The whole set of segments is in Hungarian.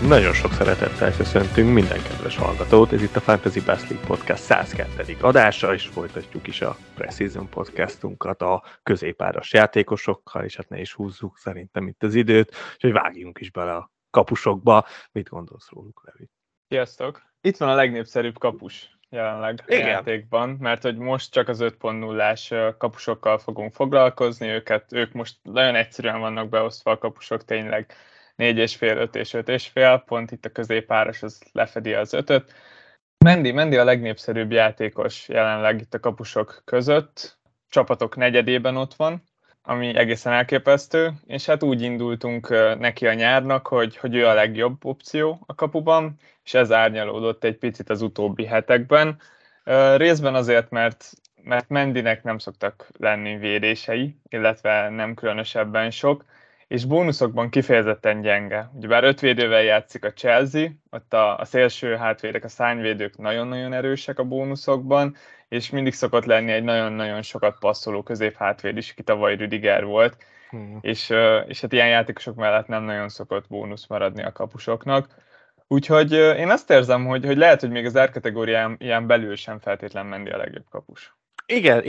Nagyon sok szeretettel köszöntünk minden kedves hallgatót, ez itt a Fantasy Best League Podcast 102. adása, és folytatjuk is a Pre-Season podcastunkat a középáras játékosokkal, és hát ne is húzzuk szerintem itt az időt, és vágjunk is bele a kapusokba. Mit gondolsz róluk, Levi? Sziasztok! Itt van a legnépszerűbb kapus jelenleg a játékban, mert hogy most csak az 5.0-ás kapusokkal fogunk foglalkozni, ők most nagyon egyszerűen vannak beosztva a kapusok, tényleg 4,5, 5 és 5,5, pont itt a középáras az lefedi az 5-öt. Mendy a legnépszerűbb játékos jelenleg itt a kapusok között, csapatok negyedében ott van, ami egészen elképesztő, és hát úgy indultunk neki a nyárnak, hogy ő a legjobb opció a kapuban, és ez árnyalódott egy picit az utóbbi hetekben. Részben azért, mert Mendynek nem szoktak lenni védései, illetve nem különösebben sok, és bónuszokban kifejezetten gyenge. Ugyebár 5 védővel játszik a Chelsea, ott a szélső hátvédek, a szárnyvédők nagyon-nagyon erősek a bónuszokban, és mindig szokott lenni egy nagyon-nagyon sokat passzoló középhátvéd is, aki tavaly Rüdiger volt, és hát ilyen játékosok mellett nem nagyon szokott bónusz maradni a kapusoknak. Úgyhogy én azt érzem, hogy lehet, hogy még az R-kategórián belül sem feltétlen Mendy a legjobb kapus. Igen,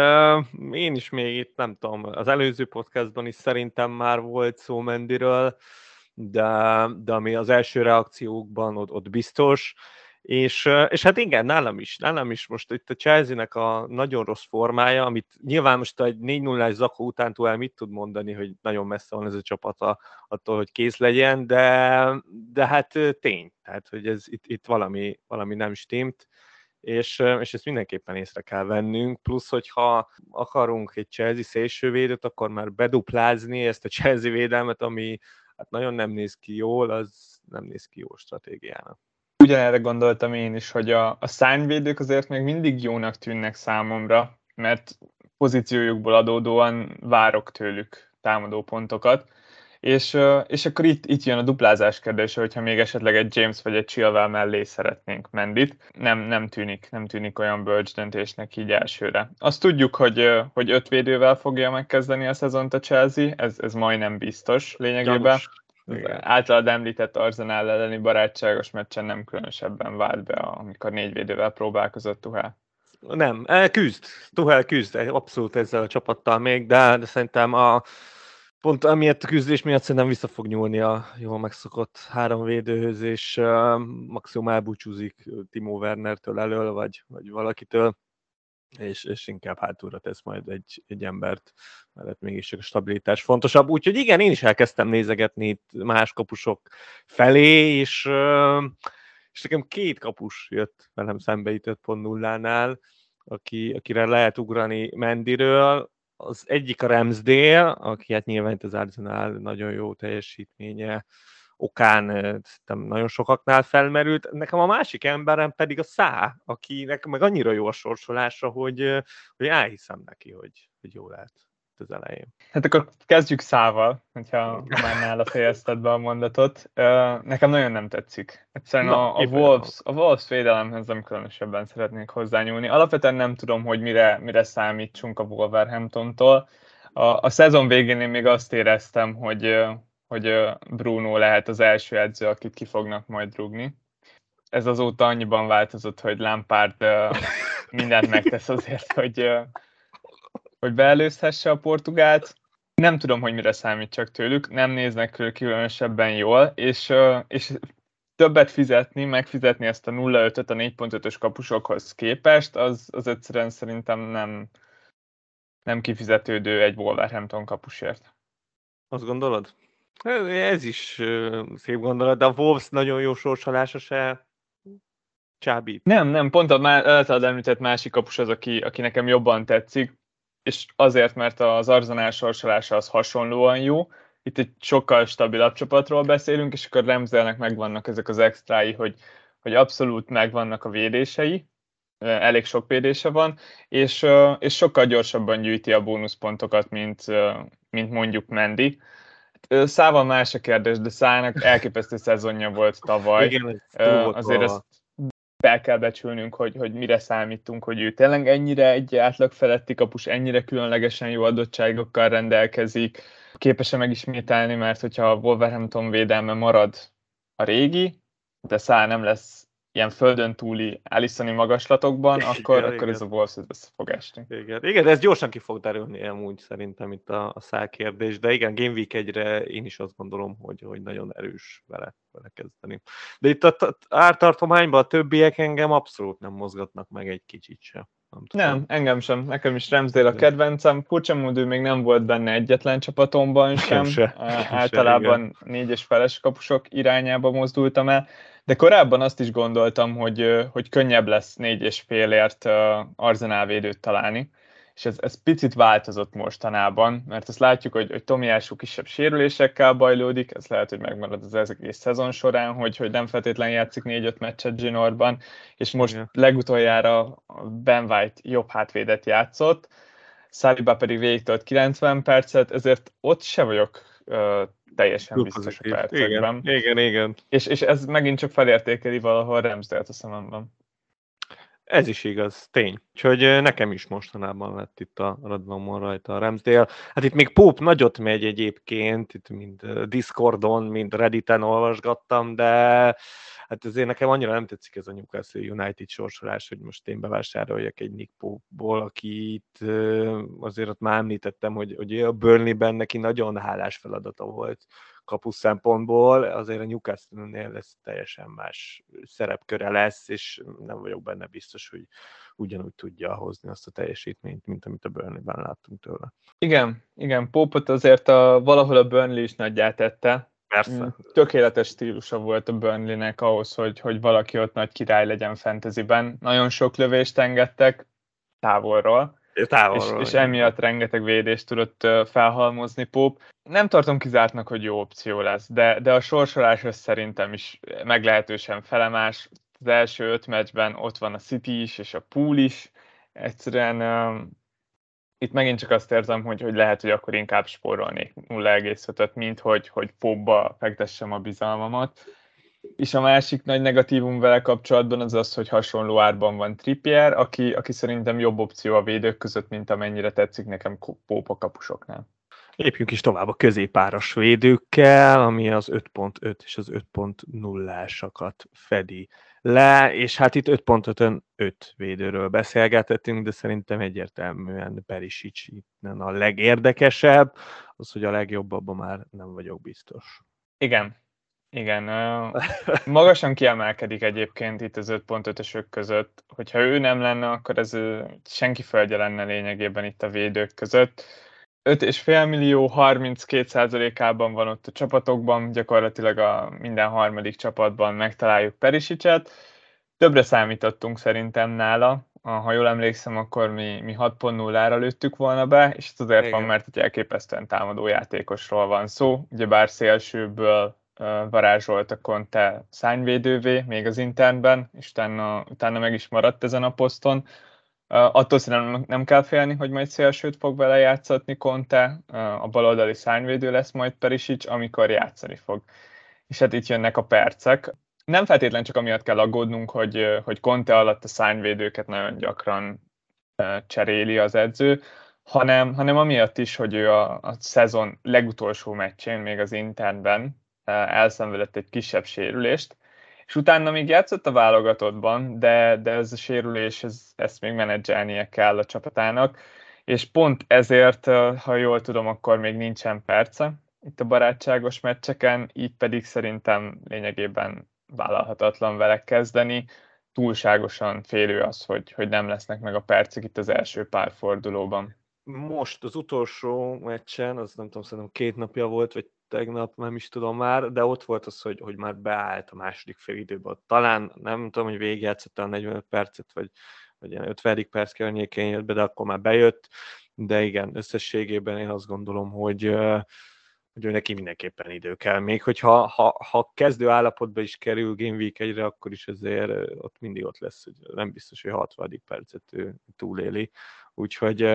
én is még itt nem tudom, az előző podcastban is szerintem már volt szó Mendyről, de ami az első reakciókban ott biztos, és hát igen, nálam is most itt a Chelsea-nek a nagyon rossz formája, amit nyilván most egy 4-0-ás zakó után Tuchel mit tud mondani, hogy nagyon messze van ez a csapata attól, hogy kész legyen, de hát tény, tehát hogy ez itt valami nem stimmt, és ezt mindenképpen észre kell vennünk, plusz, hogyha akarunk egy Chelsea szélsővédőt, akkor már beduplázni ezt a Chelsea védelmet, ami hát nagyon nem néz ki jól, az nem néz ki jó stratégiának. Ugyanerre gondoltam én is, hogy a szárnyvédők azért még mindig jónak tűnnek számomra, mert pozíciójukból adódóan várok tőlük támadó pontokat, és akkor itt jön a duplázás kérdése, hogyha még esetleg egy James vagy egy Chilwell mellé szeretnénk Mendyt. Nem tűnik olyan bölcs döntésnek így elsőre. Azt tudjuk, hogy 5 védővel fogja megkezdeni a szezont a Chelsea, ez majdnem biztos lényegében. Általad említett Arsenal elleni barátságos meccsen nem különösebben vált be, amikor 4 védővel próbálkozott Tuchel. Nem, Tuchel küzd abszolút ezzel a csapattal még, de szerintem pont amiatt a küzdés miatt szerintem vissza fog nyúlni a jól megszokott 3 védőhöz, és maximum elbúcsúzik Timo Wernertől elől, vagy valakitől, és inkább hátulra tesz majd egy embert, mert mégis csak a stabilitás fontosabb. Úgyhogy igen, én is elkezdtem nézegetni itt más kapusok felé, és nekem 2 kapus jött velem szembe itt 5.0-nál, akire lehet ugrani Mendyről. Az egyik a Ramsdale, aki hát nyilván itt az Arsenal nagyon jó teljesítménye okán nagyon sokaknál felmerült. Nekem a másik emberem pedig a Szá, akinek meg annyira jó a sorsolása, hogy elhiszem neki, hogy jó lehet az elején. Hát akkor kezdjük Szával, hogyha már nála fejezted be a mondatot. Nekem nagyon nem tetszik. Egyszerűen a Wolves védelemhez nem különösebben szeretnék hozzányúlni. Alapvetően nem tudom, hogy mire számítsunk a Wolverhamptontól. A szezon végén én még azt éreztem, hogy Bruno lehet az első edző, akit ki fognak majd rúgni. Ez azóta annyiban változott, hogy Lampard mindent megtesz azért, hogy beelőzhesse a portugált. Nem tudom, hogy mire számítsak tőlük, nem néznek különösebben jól, és többet megfizetni ezt a 0,5-öt a 4.5-ös kapusokhoz képest, az egyszerűen szerintem nem kifizetődő egy Wolverhampton kapusért. Azt gondolod? Ez is szép gondolat, de a Wolves nagyon jó sorsolása se csábít. Nem, pont a általad említett másik kapus az, aki nekem jobban tetszik, és azért, mert az Arsenal sorsolása az hasonlóan jó. Itt egy sokkal stabilabb csapatról beszélünk, és akkor Ramsdale-nek megvannak ezek az extrái, hogy abszolút megvannak a védései, elég sok védése van, és sokkal gyorsabban gyűjti a bónuszpontokat, mint mondjuk Mendy. Szával más a kérdés, de Szának elképesztő szezonja volt tavaly. Igen, azért ezt fel kell becsülnünk, hogy mire számítunk, hogy ő tényleg ennyire egy átlag feletti kapus, ennyire különlegesen jó adottságokkal rendelkezik, képes-e megismételni, mert hogyha a Wolverhampton védelme marad a régi, de Szál nem lesz ilyen földön túli Alisoni magaslatokban, akkor ez a Wolves össze fog esni. Igen, ez gyorsan ki fog derülni amúgy szerintem itt a Szál kérdés, de igen, Game Week 1-re én is azt gondolom, hogy nagyon erős vele kezdeni. De itt a ártartományban a többiek engem abszolút nem mozgatnak meg egy kicsit sem. Nem, engem sem. Nekem is Ramsdale a kedvencem. Furcsa módon még nem volt benne egyetlen csapatomban sem. Általában 4-es feles kapusok irányába mozdultam el. De korábban azt is gondoltam, hogy könnyebb lesz 4,5-ért Arsenal védőt találni. És ez picit változott mostanában, mert azt látjuk, hogy Tomiyasu kisebb sérülésekkel bajlódik, ez lehet, hogy megmarad az egész szezon során, hogy nem feltétlenül játszik 4-5 meccset Ginorban, és most legutoljára Ben White jobb hátvédet játszott, Saliba pedig végigtölt 90 percet, ezért ott se vagyok teljesen biztos a percekben. Igen. És ez megint csak felértékeli valahol Ramsdale-t a szememben. Ez is igaz, tény. Úgyhogy nekem is mostanában lett itt a radalomon rajta a Ramsdale. Hát itt még Pope nagyot megy egyébként, itt mind Discordon, mind Redditen olvasgattam, de hát azért nekem annyira nem tetszik ez a Newcastle United sorsolás, hogy most én bevásároljak egy Nick Pope-ból, akit azért ott már említettem, hogy a Burnley-ben neki nagyon hálás feladata volt kapus szempontból, azért a Newcastle-nél lesz teljesen más szerepköre lesz, és nem vagyok benne biztos, hogy ugyanúgy tudja hozni azt a teljesítményt, mint amit a Burnley-ben láttunk tőle. Igen, Pope-ot azért valahol a Burnley is nagyját tette. Persze. Tökéletes stílusa volt a Burnley-nek ahhoz, hogy valaki ott nagy király legyen fantasyben. Nagyon sok lövést engedtek távolról. És emiatt rengeteg védést tudott felhalmozni Pope. Nem tartom kizártnak, hogy jó opció lesz, de a sorsolás az szerintem is meglehetősen felemás. Az első 5 meccsben ott van a City is, és a Pool is. Egyszerűen itt megint csak azt érzem, hogy lehet, hogy akkor inkább spórolnék 0,5-öt, mint hogy Pope-ba fektessem a bizalmamat. És a másik nagy negatívum vele kapcsolatban az, hogy hasonló árban van Trippier, aki szerintem jobb opció a védők között, mint amennyire tetszik nekem Pope a kapusoknál. Lépjünk is tovább a középáros védőkkel, ami az 5.5 és az 5.0-ásakat fedi le, és hát itt 5.5-ön 5 védőről beszélgetettünk, de szerintem egyértelműen Perisic innen a legérdekesebb, az, hogy a legjobb, abban már nem vagyok biztos. Igen, magasan kiemelkedik egyébként itt az 5.5-ösök között. Hogyha ő nem lenne, akkor ez senki földje lenne lényegében itt a védők között. 5,5 millió, 32%-ában van ott a csapatokban, gyakorlatilag a minden harmadik csapatban megtaláljuk Perisicet. Többre számítottunk szerintem nála. Ha jól emlékszem, akkor mi 6.0-ra lőttük volna be, és ez azért van, mert egy elképesztően támadó játékosról van szó. Ugyebár szélsőből varázsolt a Conte szárnyvédővé, még az internben, és utána meg is maradt ezen a poszton. Attól szerintem nem kell félni, hogy majd szélsőt fog vele játszatni Conte, a baloldali szárnyvédő lesz majd Perisic, amikor játszani fog. És hát itt jönnek a percek. Nem feltétlen csak amiatt kell aggódnunk, hogy Conte alatt a szárnyvédőket nagyon gyakran cseréli az edző, hanem amiatt is, hogy ő a szezon legutolsó meccsén, még az internben elszenvedett egy kisebb sérülést, és utána még játszott a válogatottban, de ez a sérülés, ezt még menedzselnie kell a csapatának, és pont ezért, ha jól tudom, akkor még nincsen perce itt a barátságos meccseken, így pedig szerintem lényegében vállalhatatlan vele kezdeni. Túlságosan félő az, hogy nem lesznek meg a percek itt az első pár fordulóban. Most az utolsó meccsen, az nem tudom, szerintem 2 napja volt, vagy tegnap, nem is tudom már, de ott volt az, hogy már beállt a második félidőben. Talán nem tudom, hogy végigjátszott a 45 percet, vagy 50. perc környékén jött be, de akkor már bejött. De igen, összességében én azt gondolom, hogy ő neki mindenképpen idő kell. Még hogyha kezdő állapotba is kerül Game Week 1-re, akkor is azért ott mindig ott lesz, hogy nem biztos, hogy 60. percet ő túléli. Úgyhogy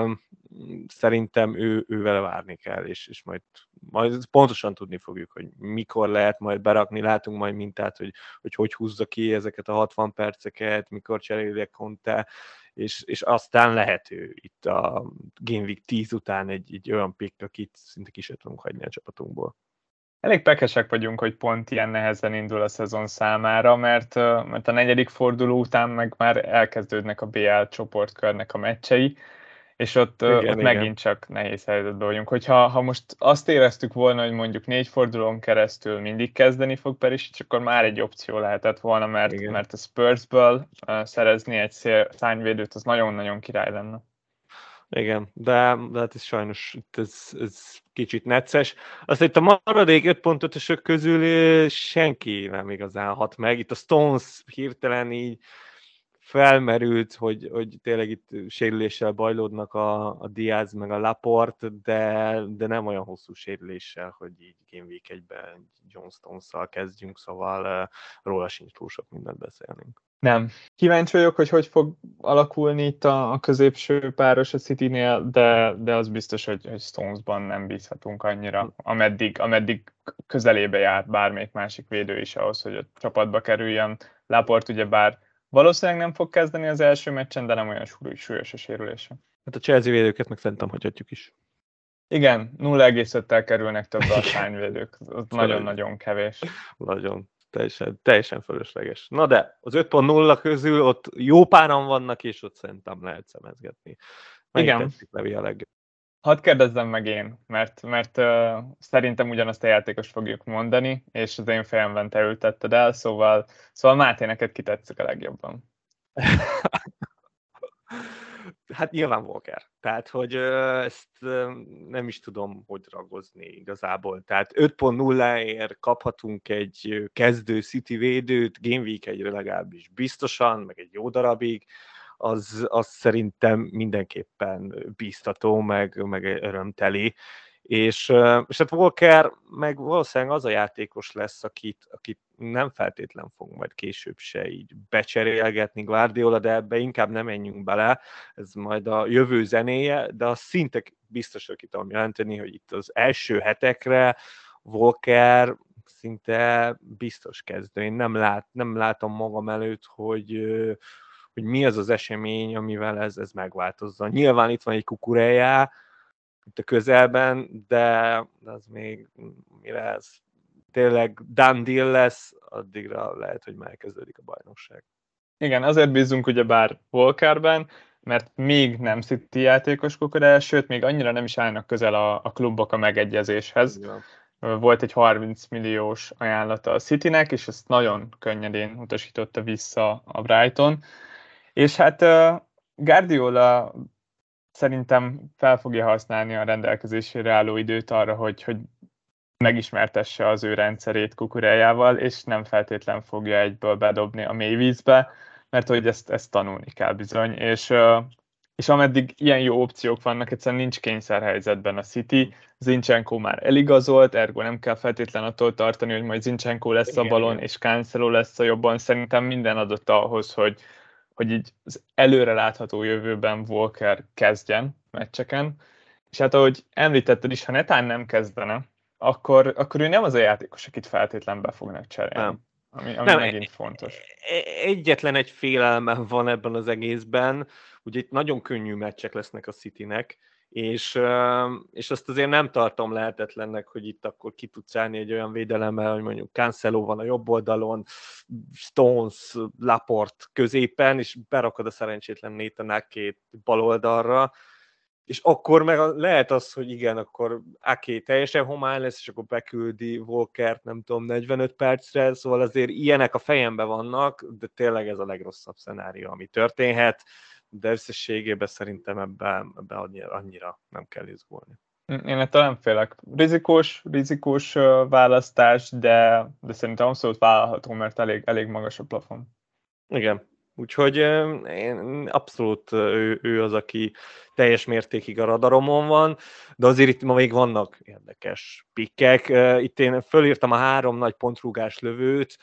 szerintem ő vele várni kell, és majd pontosan tudni fogjuk, hogy mikor lehet majd berakni, látunk majd mintát, hogy húzza ki ezeket a 60 perceket, mikor cseréli Conte, és aztán lehet ő itt a Game Week 10 után egy olyan pick, akit szinte ki sem tudunk hagyni a csapatunkból. elég pekesek vagyunk, hogy pont ilyen nehezen indul a szezon számára, mert a negyedik forduló után meg már elkezdődnek a BL csoportkörnek a meccsei, és ott megint csak nehéz helyzetben vagyunk. Hogyha most azt éreztük volna, hogy mondjuk 4 fordulón keresztül mindig kezdeni fog Perisic, akkor már egy opció lehetett volna, mert a Spursből szerezni egy szárnyvédőt, az nagyon-nagyon király lenne. Igen, de hát ez sajnos ez kicsit necces. Aztán itt a maradék 5.5-ösök közül senki nem igazán hat meg. Itt a Stones hirtelen így felmerült, hogy tényleg itt sérüléssel bajlódnak a Diaz meg a Laporte, de nem olyan hosszú sérüléssel, hogy így Game Week 1-ben John Stones-szal kezdjünk, szóval róla sincs túl sok mindent beszélnünk. Nem. Kíváncsi vagyok, hogy fog alakulni itt a középső páros a Citynél, de az biztos, hogy Stonesban nem bízhatunk annyira, ameddig közelébe járt bármelyik másik védő is ahhoz, hogy a csapatba kerüljön. Laporte ugye bár valószínűleg nem fog kezdeni az első meccsen, de nem olyan súlyos a sérülése. Hát a Chelsea védőket meg szerintem hagyhatjuk is. Igen, 0,5-tel kerülnek többre a szárnyvédők. Az nagyon-nagyon kevés. Nagyon. Teljesen fölösleges. Na de, az 5.0 közül ott jó páran vannak, és ott szerintem lehet szemezgetni. Igen. Tetszik Levi a legjobb? Hadd kérdezzem meg én, mert szerintem ugyanazt a játékost fogjuk mondani, és az én fejemben te ültetted el, szóval Máté, neked ki tetszik a legjobban? Hát nyilván Walker. Tehát, hogy ezt nem is tudom, hogy ragozni igazából. Tehát 5.0-ért kaphatunk egy kezdő City védőt, Game Week 1-re legalábbis biztosan, meg egy jó darabig, az szerintem mindenképpen bíztató, meg örömteli. És hát Walker meg valószínűleg az a játékos lesz, akit nem feltétlen fog majd később se így becserélgetni Guardiola, de ebbe inkább nem menjünk bele, ez majd a jövő zenéje, de azt szinte biztos, hogy tudom jelenteni, hogy itt az első hetekre Walker szinte biztos kezdő. Én nem látom magam előtt, hogy mi az az esemény, amivel ez megváltozza. Nyilván itt van egy Cucurella itt a közelben, de az még mire ez tényleg done deal lesz, addigra lehet, hogy már kezdődik a bajnokság. Igen, azért bízunk ugyebár Walkerben, mert még nem City játékos Cucurella, sőt, még annyira nem is állnak közel a klubok a megegyezéshez. Igen. Volt egy 30 milliós ajánlata a Citynek, és ezt nagyon könnyedén utasította vissza a Brighton. És hát Guardiola szerintem fel fogja használni a rendelkezésére álló időt arra, hogy megismertesse az ő rendszerét Cucurellával, és nem feltétlen fogja egyből bedobni a mélyvízbe, mert hogy ezt tanulni kell bizony, és ameddig ilyen jó opciók vannak, egyszerűen nincs kényszerhelyzetben a City, Zinchenko már eligazolt, ergo nem kell feltétlen attól tartani, hogy majd Zinchenko lesz a balon, és Cancelo lesz a jobban. Szerintem minden adott ahhoz, hogy így az előre látható jövőben Walker kezdjen meccseken, és hát ahogy említetted is, ha netán nem kezdene, akkor ő nem az a játékos, akit feltétlen be fognak cserélni. Ami nem, megint fontos. Egyetlen egy félelmem van ebben az egészben, ugye itt nagyon könnyű meccsek lesznek a Citynek, és azt azért nem tartom lehetetlennek, hogy itt akkor ki tudsz állni egy olyan védelemmel, hogy mondjuk Cancelo van a jobb oldalon, Stones, Laporte középen, és berakod a szerencsétlen Nathan Ake bal oldalra, és akkor meg lehet az, hogy igen, akkor Ake teljesen homály lesz, és akkor beküldi Walkert, nem tudom, 45 percre, szóval azért ilyenek a fejemben vannak, de tényleg ez a legrosszabb szenárió, ami történhet, de összességében szerintem ebben annyira nem kell izgulni. Én ettől nem félek. Rizikós választás, de szerintem abszolút vállalható, mert elég magas a plafon. Igen. Úgyhogy én abszolút ő az, aki teljes mértékig a radaromon van, de azért itt ma még vannak érdekes pikkek. Itt én fölírtam a 3 nagy pontrúgás lövőt,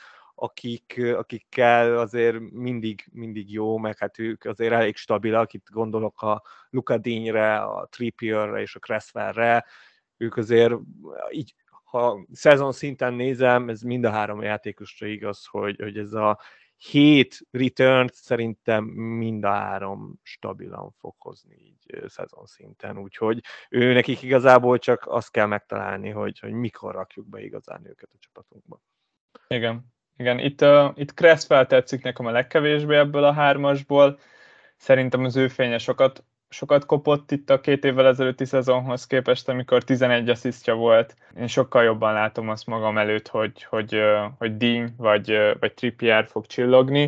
akikkel azért mindig jó, meg hát ők azért elég stabilak, itt gondolok a Luka Digne-re, a Trippierre és a Cresswellre, ők azért így, ha szezon szinten nézem, ez mind a 3 játékosra igaz, hogy ez a 7 return-t szerintem mind a 3 stabilan fog hozni így szezon szinten, úgyhogy ő nekik igazából csak azt kell megtalálni, hogy mikor rakjuk be igazán őket a csapatunkba. Igen. Itt Cresswell tetszik nekem a legkevésbé ebből a 3-asból. Szerintem az ő fénye sokat kopott itt a 2 évvel ezelőtti szezonhoz képest, amikor 11 asszisztja volt. Én sokkal jobban látom azt magam előtt, hogy Dean vagy Trippier fog csillogni.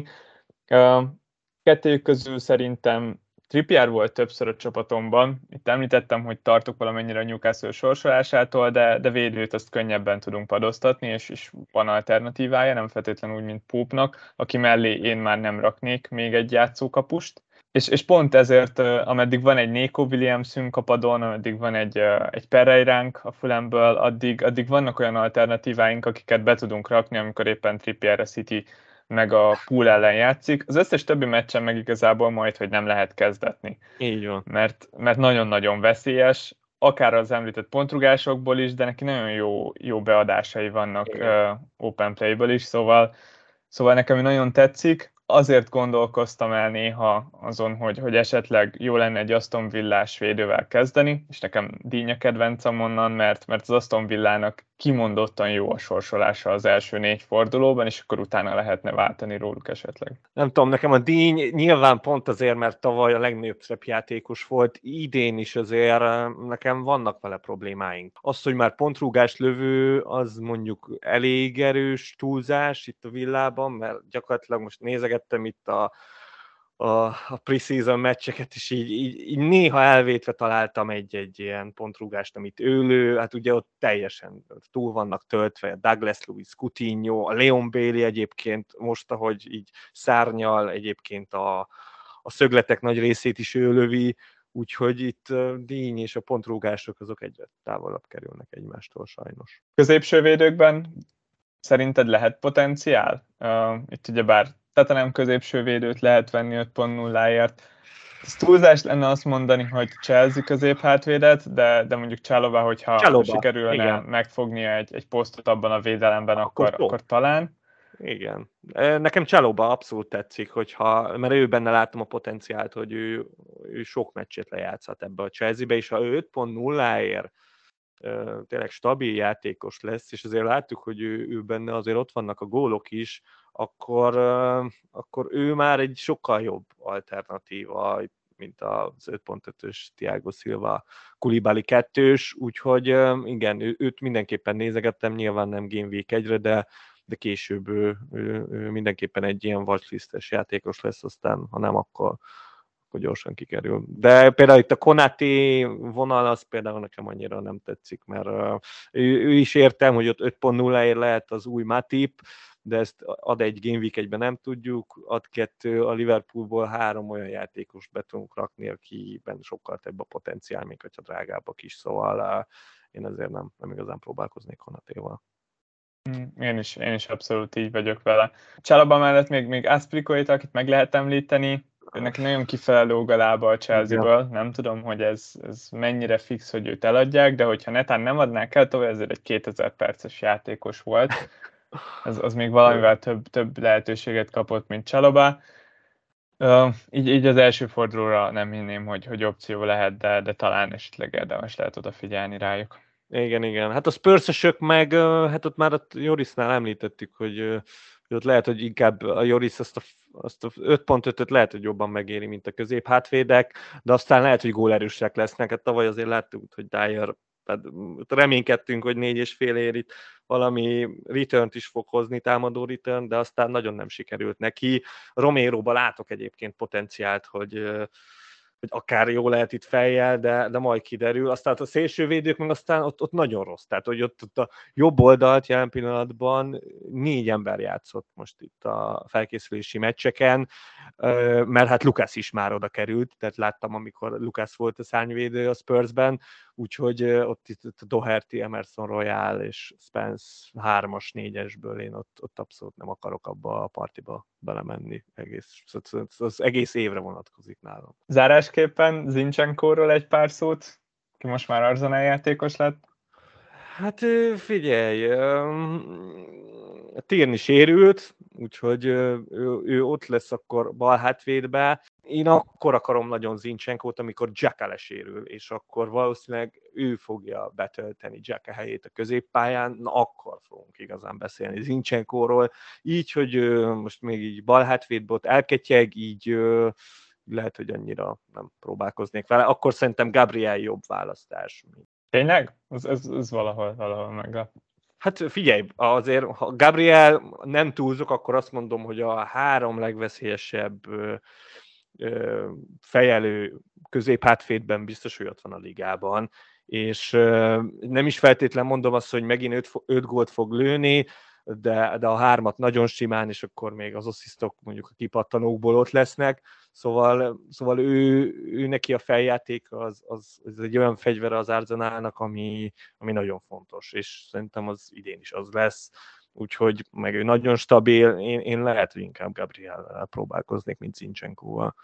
Kettőjük közül szerintem Trippier volt többször a csapatomban. Itt említettem, hogy tartok valamennyire a Newcastle sorsolásától, de védőt azt könnyebben tudunk padoztatni, és van alternatívája, nem feltétlenül úgy, mint Pope-nak, aki mellé én már nem raknék még egy játszókapust. És pont ezért, ameddig van egy Neco Williamsünk a padon, ameddig van egy Pereiránk a Fulhamből, addig vannak olyan alternatíváink, akiket be tudunk rakni, amikor éppen Trippier a City meg a Pool ellen játszik. Az összes többi meccsen meg igazából majd, hogy nem lehet kezdetni. Így van. Mert nagyon-nagyon veszélyes, akár az említett pontrugásokból is, de neki nagyon jó beadásai vannak open playből is, szóval nekem nagyon tetszik. Azért gondolkoztam el néha azon, hogy esetleg jó lenne egy Aston Villás védővel kezdeni, és nekem Digne a kedvencem onnan, mert az Aston Villának kimondottan jó a sorsolása az első 4 fordulóban, és akkor utána lehetne váltani róluk esetleg. Nem tudom, nekem a Digne nyilván pont azért, mert tavaly a legnagyobb szerepjátékos volt, idén is azért nekem vannak vele problémáink. Az, hogy már pontrúgás lövő, az mondjuk elég erős túlzás itt a Villában, mert gyakorlatilag most nézegettem itt a preseason meccseket, és így néha elvétve találtam egy ilyen pontrúgást, amit ő hát ugye ott teljesen túl vannak töltve, Douglas Luiz, Coutinho, a Leon Bailey egyébként most, ahogy így szárnyal, egyébként a szögletek nagy részét is ő lövi, úgyhogy itt Digne és a pontrúgások azok egyre távolabb kerülnek egymástól sajnos. Középső védőkben szerinted lehet potenciál? Itt ugyebár Tottenham középső védőt lehet venni 5.0-ért. Ez túlzás lenne azt mondani, hogy Chelsea középhátvédet, de mondjuk Chalobah, hogyha sikerülne igen. megfognia egy posztot abban a védelemben, akkor talán. Igen. Nekem Chalobah abszolút tetszik, mert ő benne látom a potenciált, hogy ő sok meccsét lejátszhat ebbe a Chelsea-be, és ha ő 5.0-ért tényleg stabil játékos lesz, és azért láttuk, hogy ő benne azért ott vannak a gólok is, akkor ő már egy sokkal jobb alternatíva, mint az 5.5-ös Thiago Silva Koulibaly 2-s, úgyhogy igen, őt mindenképpen nézegettem, nyilván nem Game Week 1-re, de később ő mindenképpen egy ilyen watchlistes játékos lesz, aztán ha nem, akkor gyorsan kikerül. De például itt a Konaté vonal, az például nekem annyira nem tetszik, mert ő is értem, hogy ott 5.0-ért lehet az új Matip, de ezt ad egy Game Week 1-ben nem tudjuk, ad 2, a Liverpoolból 3 olyan játékos be tudunk rakni, akiben sokkal több a potenciál, még hogyha drágábbak is, szóval én ezért nem igazán próbálkoznék Konatéval. Én is abszolút így vagyok vele. Chalobah mellett még Azpilicueta, akit meg lehet említeni, neki nagyon kifelelő galába a Chelsea-ből. Nem tudom, hogy ez mennyire fix, hogy őt eladják, de hogyha netán nem adnák el, tovább ezért egy 2000 perces játékos volt. Az még valamivel több lehetőséget kapott, mint Chalobah. Így az első fordulóra nem hinném, hogy opció lehet, de talán esetleg érdemes lehet odafigyelni rájuk. Igen. Hát a Spurs-ösök meg, hát ott már a Jorisnál említettük, hogy ott lehet, hogy inkább a Joris azt a 5.5-öt lehet, hogy jobban megéri, mint a középhátvédek, de aztán lehet, hogy gólerősek lesznek. Hát tavaly azért láttuk, hogy Dyer, reménykedtünk, hogy 4,5 ér itt valami return-t is fog hozni, támadó return, de aztán nagyon nem sikerült neki. Roméróba látok egyébként potenciált, hogy akár jó lehet itt fejjel, de majd kiderül. Aztán a szélsővédők meg aztán ott nagyon rossz. Tehát, hogy ott a jobb oldalt jelen pillanatban 4 ember játszott most itt a felkészülési meccseken, mert hát Lucas is már oda került, tehát láttam, amikor Lucas volt a szárnyvédő a Spursben, úgyhogy ott Doherty, Emerson Royal és Spence 3-as, 4-esből én ott abszolút nem akarok abba a partiba belemenni. Az egész évre vonatkozik nálam. Zárásképpen Zincsenkóról egy pár szót, ki most már Arsenal játékos lett. Hát figyelj, Tierney sérült, úgyhogy ő ott lesz akkor bal hátvédbe. Én akkor akarom nagyon Zincsenkót, amikor Xhaka lesérül, és akkor valószínűleg ő fogja betölteni Xhaka helyét a középpályán, na akkor fogunk igazán beszélni Zincsenkóról. Így, hogy most még így bal hátvédből elketyeg, így lehet, hogy annyira nem próbálkoznék vele. Akkor szerintem Gabriel jobb választás. Tényleg? Ez valahol meglep. Hát figyelj, azért, ha Gabriel nem túlzok, akkor azt mondom, hogy a 3 legveszélyesebb fejelő középhátvédben biztos, hogy ott van a ligában, és nem is feltétlen mondom azt, hogy megint 5 gólt fog lőni, de a 3-at nagyon simán, és akkor még az asszisztok mondjuk a kipattanókból ott lesznek, szóval ő neki a feljáték az egy olyan fegyver az Arsenalnak, ami nagyon fontos, és szerintem az idén is az lesz, úgyhogy meg ő nagyon stabil, én lehet, hogy inkább Gabriellel próbálkoznék, mint Zincsenkóval.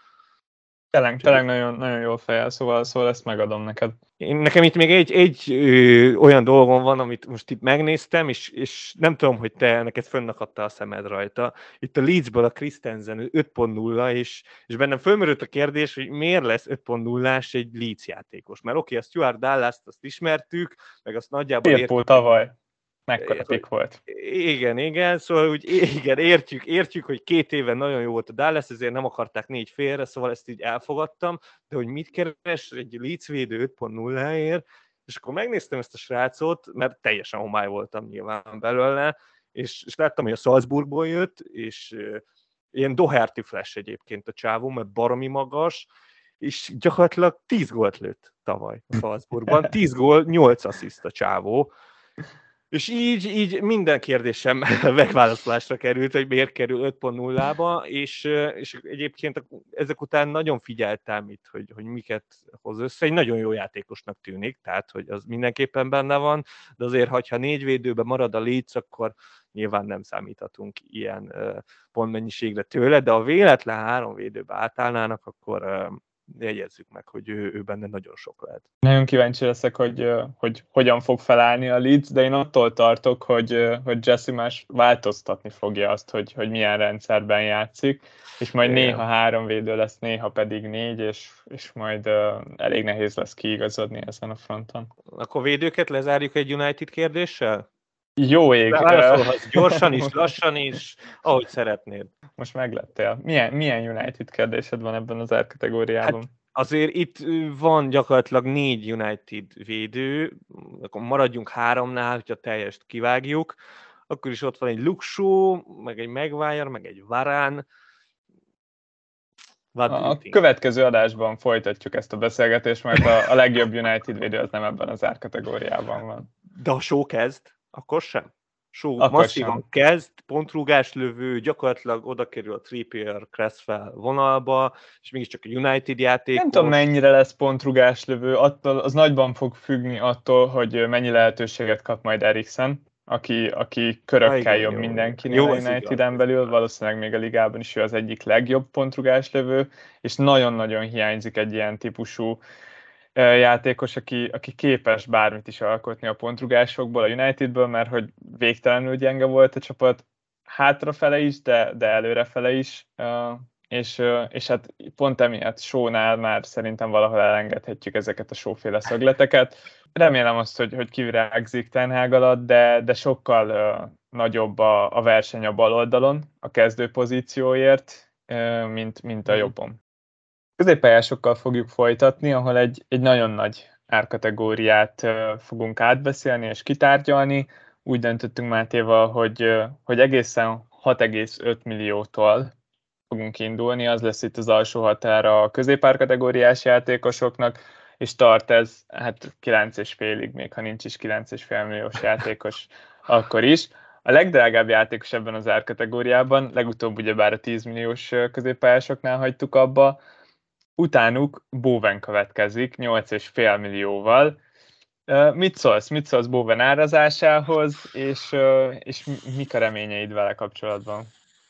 Tényleg nagyon, nagyon jól fejel, szóval ezt megadom neked. Nekem itt még egy olyan dolgom van, amit most itt megnéztem, és nem tudom, hogy te neked fönnakadta a szemed rajta. Itt a Leedsből a Christensen 5.0, és bennem fölmerült a kérdés, hogy miért lesz 5.0-ás egy Leeds játékos. Mert oké, a Stuart Dallas-t azt ismertük, meg azt nagyjából értjük. Tavaly. Mekkora pick volt. Igen, szóval úgy igen, értjük, hogy 2 éve nagyon jó volt a Dallas, ezért nem akarták 4 félre, szóval ezt így elfogadtam, de hogy mit keres egy Leeds védő 5.0-ért, és akkor megnéztem ezt a srácot, mert teljesen homály voltam nyilván belőle, és láttam, hogy a Salzburgból jött, és ilyen Doherty flash egyébként a csávó, mert baromi magas, és gyakorlatilag 10 gólt lőtt tavaly a Salzburgban, 10 gól, 8 assziszt a csávó, és így minden kérdésem megválaszolásra került, hogy miért kerül 5.0-ba, és egyébként ezek után nagyon figyeltem itt, hogy miket hoz össze. Egy nagyon jó játékosnak tűnik, tehát hogy az mindenképpen benne van, de azért, ha 4 védőben marad a Leeds, akkor nyilván nem számíthatunk ilyen pontmennyiségre tőle, de a véletlen 3 védőbe átállnának, akkor jegyezzük meg, hogy ő benne nagyon sok lehet. Nagyon kíváncsi leszek, hogy hogyan fog felállni a Leeds, de én attól tartok, hogy Jesse más változtatni fogja azt, hogy milyen rendszerben játszik, és majd néha 3 védő lesz, néha pedig 4, és majd elég nehéz lesz kiigazodni ezen a fronton. Akkor védőket lezárjuk egy United kérdéssel? Jó ég! Válaszolhatsz gyorsan is, lassan is, ahogy szeretnéd. Most meglettél. Milyen United kérdésed van ebben az árkategóriában? Hát azért itt van gyakorlatilag 4 United védő, akkor maradjunk 3-nál, hogyha teljest kivágjuk, akkor is ott van egy Luke Shaw, meg egy Maguire, meg egy Varane. A következő adásban folytatjuk ezt a beszélgetést, mert a legjobb United védő az nem ebben az árkategóriában van. De ha Shaw kezd, akkor sem. Shaw masszívan kezd, pontrúgás lövő, gyakorlatilag oda kerül a Trippier, Cresswell vonalba, és mégiscsak a United játékos. Nem tudom, mennyire lesz pontrúgás lövő, az nagyban fog függni attól, hogy mennyi lehetőséget kap majd Eriksen, aki körökkel jobb mindenkinél a Uniteden belül, valószínűleg még a ligában is ő az egyik legjobb pontrúgás lövő, és nagyon-nagyon hiányzik egy ilyen típusú játékos, aki képes bármit is alkotni a pontrugásokból, a Unitedből, mert hogy végtelenül gyenge volt a csapat hátrafele is, de előrefele is, és hát pont emiatt Shawnál már szerintem valahol elengedhetjük ezeket a Shaw-féle szögleteket. Remélem azt, hogy kivirágzik Ten Hag alatt, de sokkal nagyobb a verseny a bal oldalon, a kezdő pozícióért, mint a jobbon. Középpályásokkal fogjuk folytatni, ahol egy nagyon nagy árkategóriát fogunk átbeszélni és kitárgyalni. Úgy döntöttünk Mátéval, hogy egészen 6,5 milliótól fogunk indulni, az lesz itt az alsó határa a középárkategóriás játékosoknak, és tart ez 9,5-ig, még ha nincs is 9,5 milliós játékos, akkor is. A legdrágább játékos ebben az árkategóriában, legutóbb ugyebár a 10 milliós középpályásoknál hagytuk abba, utánuk Bowen következik 8,5 millióval. Mit szólsz Bowen árazásához, és mik a reményeid vele kapcsolatban?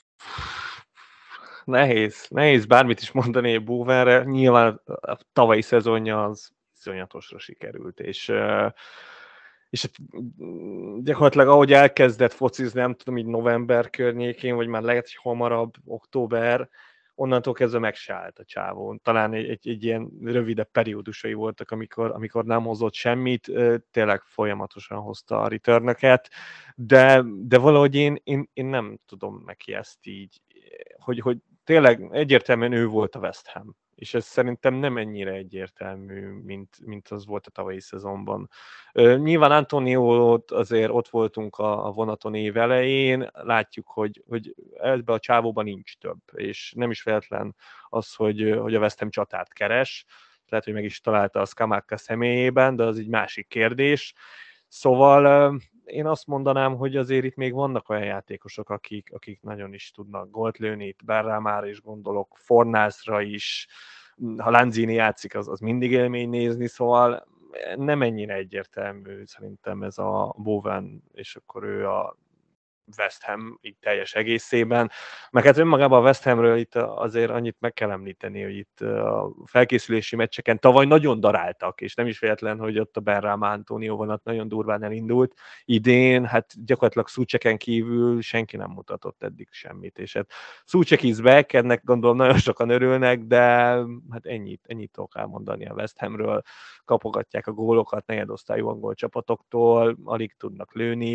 Nehéz bármit is mondani Bowenre. Nyilván a tavalyi szezonja az iszonyatosra sikerült, és és gyakorlatilag ahogy elkezdett focizni, nem tudom, így november környékén, vagy már lehet, hogy hamarabb, október, onnantól kezdve meg se állt a csávón. Talán egy ilyen rövidebb periódusai voltak, amikor nem hozott semmit, tényleg folyamatosan hozta a returnöket, de valahogy én nem tudom neki ezt így, hogy tényleg egyértelműen ő volt a West Ham, és ez szerintem nem ennyire egyértelmű, mint az volt a tavalyi szezonban. Nyilván Antoniót azért ott voltunk a vonaton év elején, látjuk, hogy ebben a csávóban nincs több, és nem is véletlen az, hogy a West Ham csatárt keres, lehet, hogy meg is találta a Scamacca személyében, de az egy másik kérdés. Szóval én azt mondanám, hogy azért itt még vannak olyan játékosok, akik nagyon is tudnak gólt lőni, itt Benramára is gondolok, Fornalsra is, ha Lanzini játszik, az mindig élmény nézni, szóval nem ennyire egyértelmű szerintem ez a Bowen, és akkor ő a West Ham így teljes egészében. Meg hát önmagában a West Hamről itt azért annyit meg kell említeni, hogy itt a felkészülési meccseken tavaly nagyon daráltak, és nem is véletlen, hogy ott a Benrahma Antonio vonat nagyon durván elindult. Idén, hát gyakorlatilag Součeken kívül senki nem mutatott eddig semmit, és hát Souček is back, ennek gondolom nagyon sokan örülnek, de hát ennyit tudok elmondani a West Hamről. Kapogatják a gólokat negyedosztályú angol csapatoktól, alig tudnak lőni.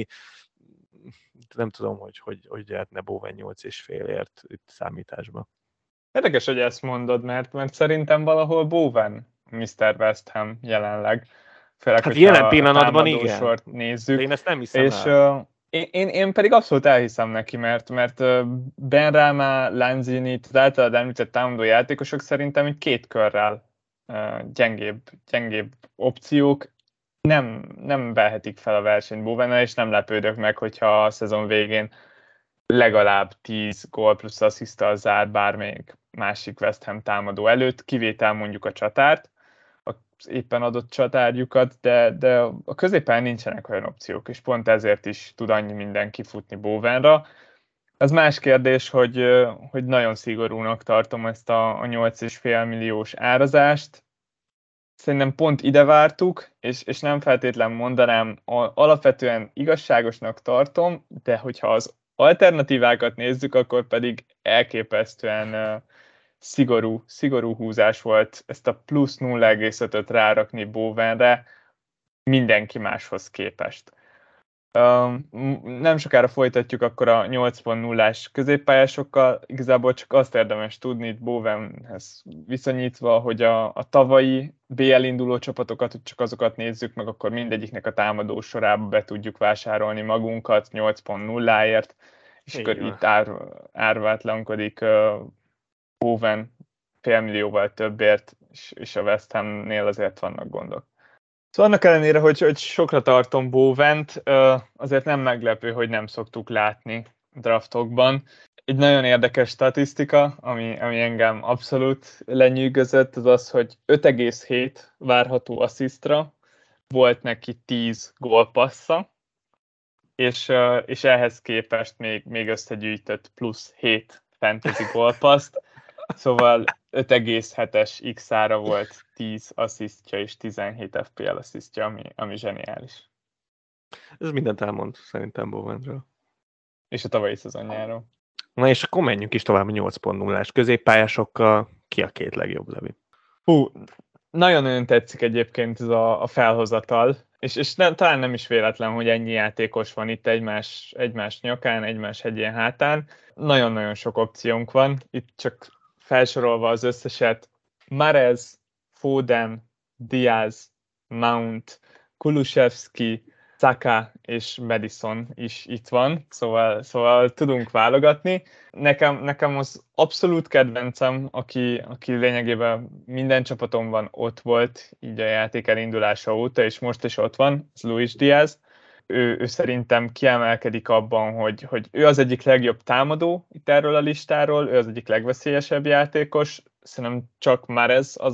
Nem tudom, hogy lehetne Bowen 8,5-ért itt számításba. Érdekes, hogy ezt mondod, mert szerintem valahol Bowen Mr. West Ham jelenleg. Főleg, hát jelen pillanatban a igen. nézzük. De én ezt nem hiszem és én pedig abszolút elhiszem neki, mert Benrahma, Lanzini, az általad említett támadó játékosok szerintem így két körrel gyengébb opciók, nem vehetik fel a versenyt Bowennel, és nem lepődök meg, hogyha a szezon végén legalább 10 gól plusz assziszttal zár bármelyik másik West Ham támadó előtt, kivétel mondjuk a csatárt, az éppen adott csatárjukat, de a középen nincsenek olyan opciók, és pont ezért is tud annyi minden kifutni Bowenra. Az más kérdés, hogy nagyon szigorúnak tartom ezt a 8,5 milliós árazást. Szerintem pont ide vártuk, és nem feltétlen mondanám, alapvetően igazságosnak tartom, de hogyha az alternatívákat nézzük, akkor pedig elképesztően szigorú húzás volt ezt a plusz 0,5-öt rárakni Bowenre mindenki máshoz képest. Nem sokára folytatjuk akkor a 8.0-ás középpályásokkal. Igazából csak azt érdemes tudni itt Bowenhez viszonyítva, hogy a tavalyi BL induló csapatokat, hogy csak azokat nézzük meg, akkor mindegyiknek a támadó sorába be tudjuk vásárolni magunkat 8.0-ért, és akkor itt árvátlankodik Bowen $500,000 többért, és a West Hamnél azért vannak gondok. Szóval annak ellenére, hogy sokra tartom Bowent, azért nem meglepő, hogy nem szoktuk látni draftokban. Egy nagyon érdekes statisztika, ami engem abszolút lenyűgözött, az, hogy 5,7 várható asszisztra, volt neki 10 gólpassza, és ehhez képest még összegyűjtött plusz 7 fantasy gólpasszt, szóval 5,7-es XR-ra volt 10 asszisztja és 17 FPL asszisztja, ami zseniális. Ez mindent elmond szerintem Bowenről. És a tavalyi szezonjáról. Na és akkor menjünk is tovább a 8.0-ás középpályásokkal. Ki a két legjobb, Levi? Nagyon tetszik egyébként ez a felhozatal, és talán nem is véletlen, hogy ennyi játékos van itt egymás nyakán, egymás hegyén hátán. Nagyon-nagyon sok opciónk van. Itt csak felsorolva az összeset: Mahrez, Foden, Diaz, Mount, Kulusevski, Saka és Maddison is itt van, szóval tudunk válogatni. Nekem az abszolút kedvencem, aki lényegében minden csapatomban ott volt, így a játék elindulása óta, és most is ott van, az Luis Diaz. Ő szerintem kiemelkedik abban, hogy ő az egyik legjobb támadó itt erről a listáról, ő az egyik legveszélyesebb játékos. Szerintem csak Mahrez az,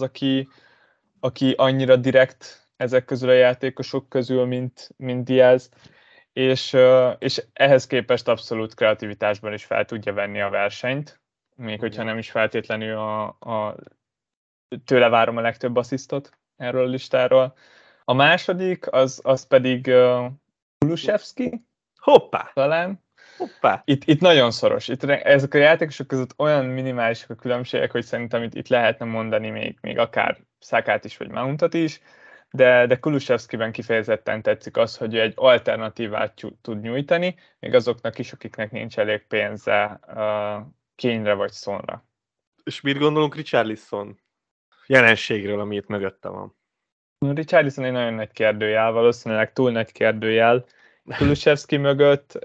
aki annyira direkt ezek közül a játékosok közül, mint Diaz, és ehhez képest abszolút kreativitásban is fel tudja venni a versenyt, még hogyha nem is feltétlenül tőle várom a legtöbb asszisztot erről a listáról. A második, az pedig Kulusevski. Hoppá! Talán. Hoppá! Itt nagyon szoros. Itt ezek a játékosok között olyan minimálisak a különbségek, hogy szerintem itt lehetne mondani még akár Sakát is, vagy Mountot is, de Kulusevskiben kifejezetten tetszik az, hogy ő egy alternatívát tud nyújtani, még azoknak is, akiknek nincs elég pénze Kane-re vagy Sonra. És mit gondolunk Richarlison jelenségről, ami itt mögötte van? Richarlison egy nagyon nagy kérdőjel, valószínűleg túl nagy kérdőjel. Kulusevski mögött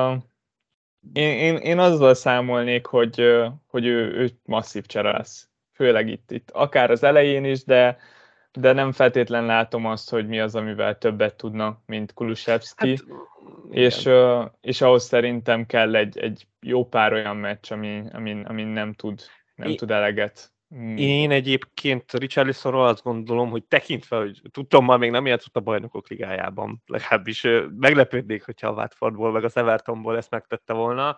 én azzal számolnék, hogy ő masszív csere lesz. Főleg itt. Akár az elején is, de nem feltétlen látom azt, hogy mi az, amivel többet tudna, mint Kulusevski. Hát, és ahhoz szerintem kell egy jó pár olyan meccs, amin nem tud eleget. Én egyébként Richarlisonról azt gondolom, hogy tekintve, hogy tudtam, már még nem játszott a Bajnokok Ligájában, legalábbis meglepődnék, hogyha a Watfordból, meg az Evertonból ezt megtette volna,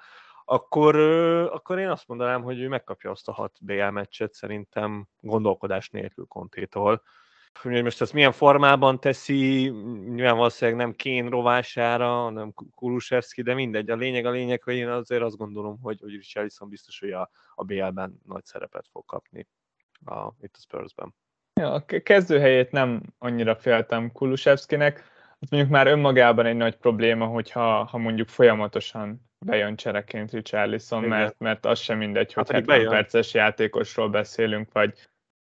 akkor én azt mondanám, hogy ő megkapja azt a 6 BL meccset szerintem gondolkodás nélkül Contétól. Hogy most ezt milyen formában teszi, nyilván valószínűleg nem Kane rovására, hanem Kulusevski, de mindegy. A lényeg, hogy én azért azt gondolom, hogy Richarlison biztos, hogy a BL-ben nagy szerepet fog kapni itt a Spursben. Ja, a kezdőhelyét nem annyira féltem Kulusevskinek, az mondjuk már önmagában egy nagy probléma, hogyha mondjuk folyamatosan bejön csereként Richarlison, mert az sem mindegy, hogy 70 perces játékosról beszélünk, vagy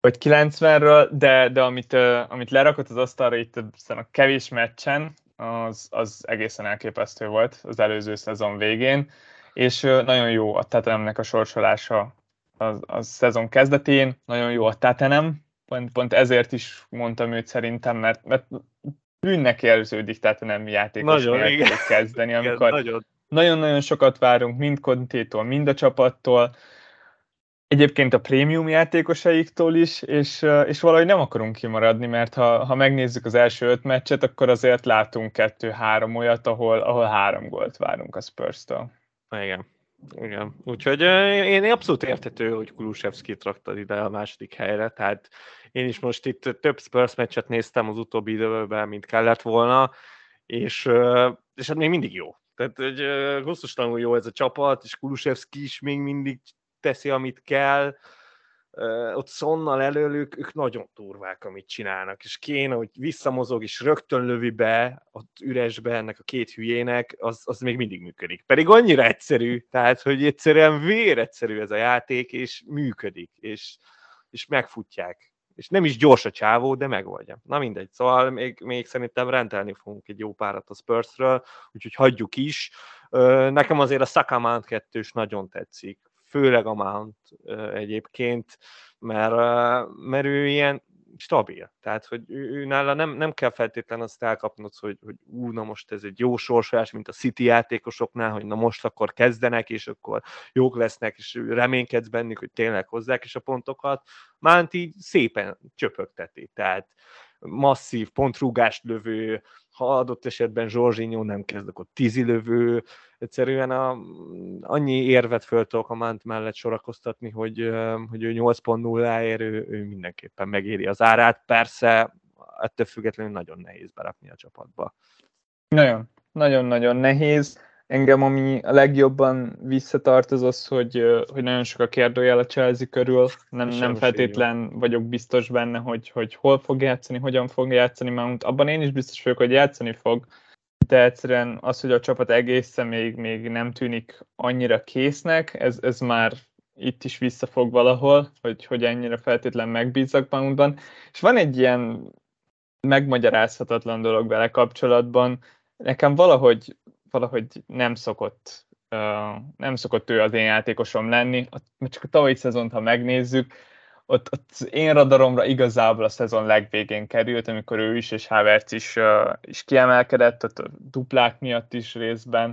90-ről, de amit lerakott az asztalra itt a kevés meccsen, az egészen elképesztő volt az előző szezon végén, és nagyon jó a Tottenhamnek a sorsolása a szezon kezdetén, nagyon jó a Tottenham, pont ezért is mondtam őt szerintem, mert bűnnek érződik, tehát nem játékos nélkül kezdeni, amikor nagyon-nagyon sokat várunk mind Contétól, mind a csapattól, egyébként a prémium játékosaiktól is, és valahogy nem akarunk kimaradni, mert ha megnézzük az első 5 meccset, akkor azért látunk 2-3 olyat, ahol 3 gólt várunk a Spurs-től. Igen. Úgyhogy én abszolút érthető, hogy Kulusevskit raktad ide a második helyre, tehát én is most itt több Spurs meccset néztem az utóbbi időben, mint kellett volna, és hát még mindig jó. Tehát hogy gusztustalanul jó ez a csapat, és Kulusevski is még mindig teszi, amit kell. Ott Sonnal előlük, ők nagyon durvák, amit csinálnak, és kéne, hogy visszamozog, és rögtön lövi be ott üresbe ennek a két hülyének, az még mindig működik. Pedig annyira egyszerű, tehát, hogy egyszerűen véregegyszerű ez a játék, és működik, és megfutják. És nem is gyors a csávó, de megoldja. Na mindegy, szóval még szerintem rendelni fogunk egy jó párat a Spursről, úgyhogy hagyjuk is. Nekem azért a Saka Mount 2-s nagyon tetszik, főleg a Mount egyébként, mert ő ilyen stabil. Tehát, hogy ő nála nem kell feltétlenül azt elkapnod, hogy na most ez egy jó sorsolás, mint a City játékosoknál, hogy na most akkor kezdenek, és akkor jók lesznek, és reménykedsz bennük, hogy tényleg hozzák is a pontokat. Mount így szépen csöpögteti. Tehát masszív, pontrúgást lövő, ha adott esetben Jorginho nem kezd, akkor tízilövő, egyszerűen annyi érvet föl tudok a Mount mellett sorakoztatni, hogy ő 8.0-ért ő mindenképpen megéri az árát. Persze, ettől függetlenül nagyon nehéz berakni a csapatba. Nagyon-nagyon nehéz. Engem ami a legjobban visszatart az, hogy nagyon sok a kérdőjel a Chelsea körül. Nem feltétlen vagyok biztos benne, hogy hol fog játszani, hogyan fog játszani Mount. Abban én is biztos vagyok, hogy játszani fog, de egyszerűen az, hogy a csapat egészen még nem tűnik annyira késznek, ez már itt is visszafog valahol, hogy ennyire feltétlen megbízzak Mountban. És van egy ilyen megmagyarázhatatlan dolog vele kapcsolatban. Nekem valahogy nem szokott ő az én játékosom lenni. Csak a tavalyi szezont, ha megnézzük, ott az én radaromra igazából a szezon legvégén került, amikor ő is és Havertz is kiemelkedett, ott a duplák miatt is részben,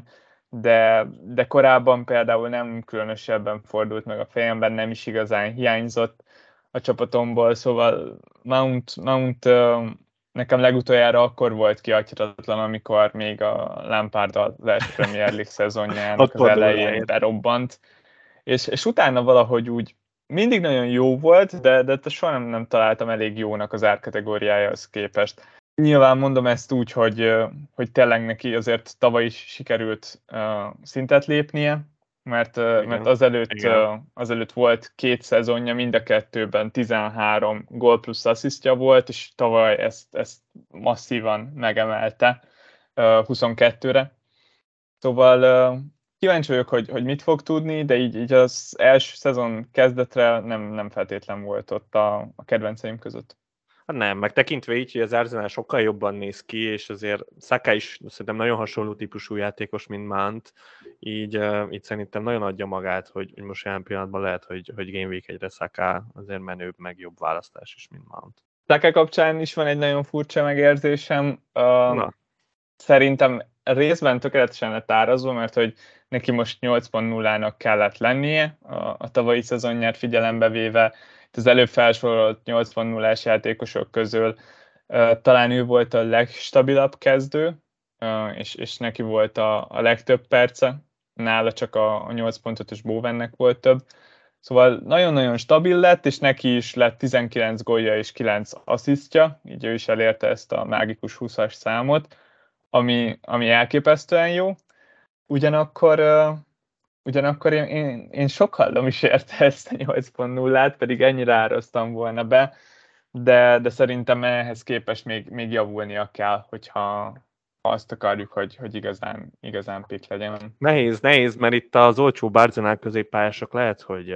de korábban például nem különösebben fordult meg a fejemben, nem is igazán hiányzott a csapatomból, szóval Mount nekem legutoljára akkor volt kihagyhatatlan, amikor még a Lampard a Premier League szezonjának az elején berobbant, és utána valahogy úgy mindig nagyon jó volt, de soha nem találtam elég jónak az árkategóriájához képest. Nyilván mondom ezt úgy, hogy tényleg neki azért tavaly is sikerült szintet lépnie, mert azelőtt volt 2 szezonja, mind a kettőben 13 gól plusz asszisztja volt, és tavaly ezt masszívan megemelte 22-re. Szóval kíváncsi vagyok, hogy mit fog tudni, de így az első szezon kezdetre nem feltétlen volt ott a kedvenceim között. Hát nem, meg tekintve így, hogy az Arsenal sokkal jobban néz ki, és azért Saka is szerintem nagyon hasonló típusú játékos, mint Mount, így szerintem nagyon adja magát, hogy most jelen pillanatban lehet, hogy Game Week 1-re Saka azért menőbb, meg jobb választás is, mint Mount. Saka kapcsán is van egy nagyon furcsa megérzésem. Na. Szerintem részben tökéletesen lett árazva, mert hogy neki most 8.0-nak kellett lennie a tavalyi szezonját figyelembe véve. Itt az előbb felsorolt 8.0-ás játékosok közül talán ő volt a legstabilabb kezdő, és neki volt a legtöbb perce, nála csak a 8.5-ös Bowennek volt több. Szóval nagyon-nagyon stabil lett, és neki is lett 19 gólja és 9 asszisztja, így ő is elérte ezt a mágikus 20-as számot, ami elképesztően jó. Ugyanakkor én sokkal is érte ezt a 8.0-át, pedig ennyire áraztam volna be, de szerintem ehhez képest még javulnia kell, hogyha azt akarjuk, hogy igazán pick legyen. Nehéz, mert itt az olcsó Arsenal középpályások lehet, hogy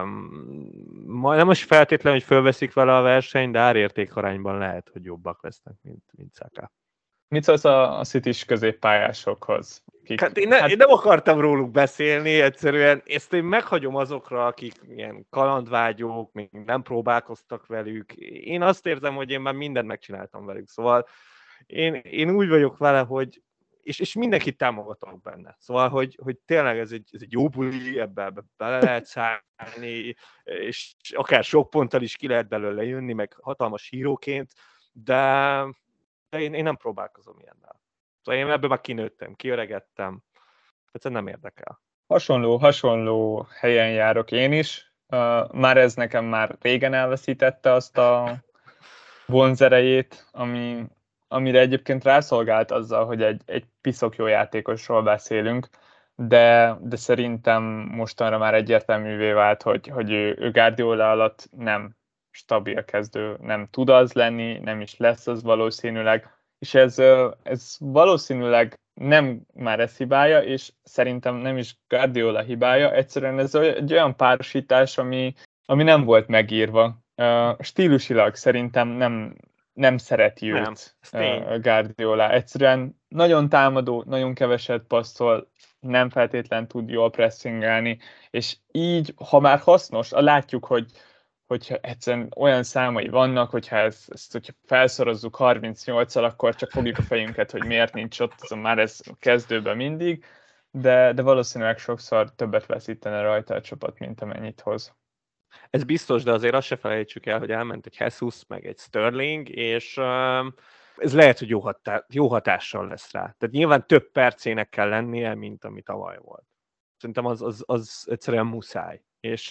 nem most feltétlenül, hogy fölveszik vele a versenyt, de árértékarányban lehet, hogy jobbak lesznek, mint Saka. Mit szólsz a City-s középpályásokhoz? Hát én nem akartam róluk beszélni, egyszerűen ezt én meghagyom azokra, akik ilyen kalandvágyók, még nem próbálkoztak velük. Én azt érzem, hogy én már mindent megcsináltam velük, szóval én úgy vagyok vele, hogy és mindenkit támogatok benne. Szóval, hogy tényleg ez egy jó buli, ebbe bele lehet szállni, és akár sok ponttal is ki lehet belőle jönni, meg hatalmas híróként, de én nem próbálkozom ilyennel. Szóval én ebből már kinőttem, kiöregettem, egyszerűen nem érdekel. Hasonló helyen járok én is. Már ez nekem már régen elveszítette azt a vonzerejét, amire egyébként rászolgált azzal, hogy egy piszok jó játékosról beszélünk, de szerintem mostanra már egyértelművé vált, hogy ő Guardiola alatt nem stabil kezdő, nem tud az lenni, nem is lesz az valószínűleg, és ez valószínűleg nem már ez hibája, és szerintem nem is Guardiola hibája, egyszerűen ez egy olyan párosítás, ami nem volt megírva. Stílusilag szerintem nem szereti őt Guardiola. Egyszerűen nagyon támadó, nagyon keveset passzol, nem feltétlen tud jól pressingelni, és így, ha már hasznos, látjuk, hogyha egyszerűen olyan számai vannak, hogyha felszorozzuk 38-al, akkor csak fogjuk a fejünket, hogy miért nincs ott, már ez kezdőben mindig, de valószínűleg sokszor többet veszítene rajta a csapat, mint amennyit hoz. Ez biztos, de azért azt se felejtsük el, hogy elment egy Jesus, meg egy Sterling, és ez lehet, hogy jó hatással lesz rá. Tehát nyilván több percének kell lennie, mint ami tavaly volt. Szerintem az egyszerűen muszáj. És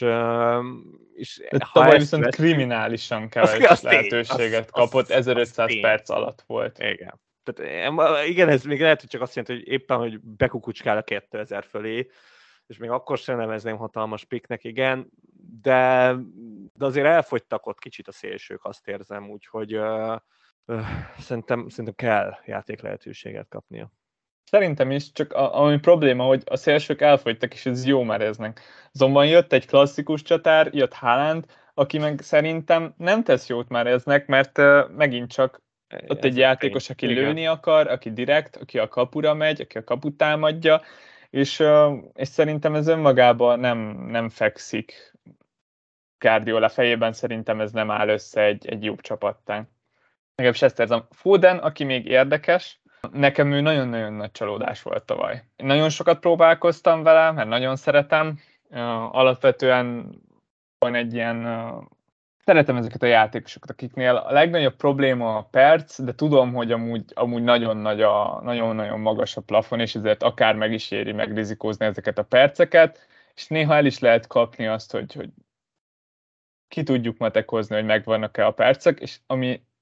tavaly viszont kriminálisan keves lehetőséget kapott, 1500 perc alatt volt. Igen. Tehát, igen, ez még lehet, hogy csak azt jelenti, hogy éppen, hogy bekukucskál a 2000 fölé, és még akkor sem nevezném hatalmas picknek, igen, de azért elfogytak ott kicsit a szélsők, azt érzem, úgyhogy szerintem kell játék lehetőséget kapnia. Szerintem is, csak ami probléma, hogy a szélsők elfogytak, és ez jó mereznek. Azonban jött egy klasszikus csatár, jött Haaland, aki meg szerintem nem tesz jót mereznek, mert megint csak ott egy játékos, aki lőni akar, aki direkt, aki a kapura megy, aki a kaput támadja, és szerintem ez önmagában nem fekszik Guardiola fejében, szerintem ez nem áll össze egy jobb csapattá. Legalábbis ezt érzem. Foden, aki még érdekes, nekem ő nagyon-nagyon nagy csalódás volt tavaly. Én nagyon sokat próbálkoztam vele, mert nagyon szeretem. Alapvetően van egy ilyen... Szeretem ezeket a játékosokat, akiknél a legnagyobb probléma a perc, de tudom, hogy amúgy nagyon-nagyon magas a plafon, és ezért akár meg is éri megrizikózni ezeket a perceket, és néha el is lehet kapni azt, hogy ki tudjuk matekozni, hogy megvannak-e a percek, és ami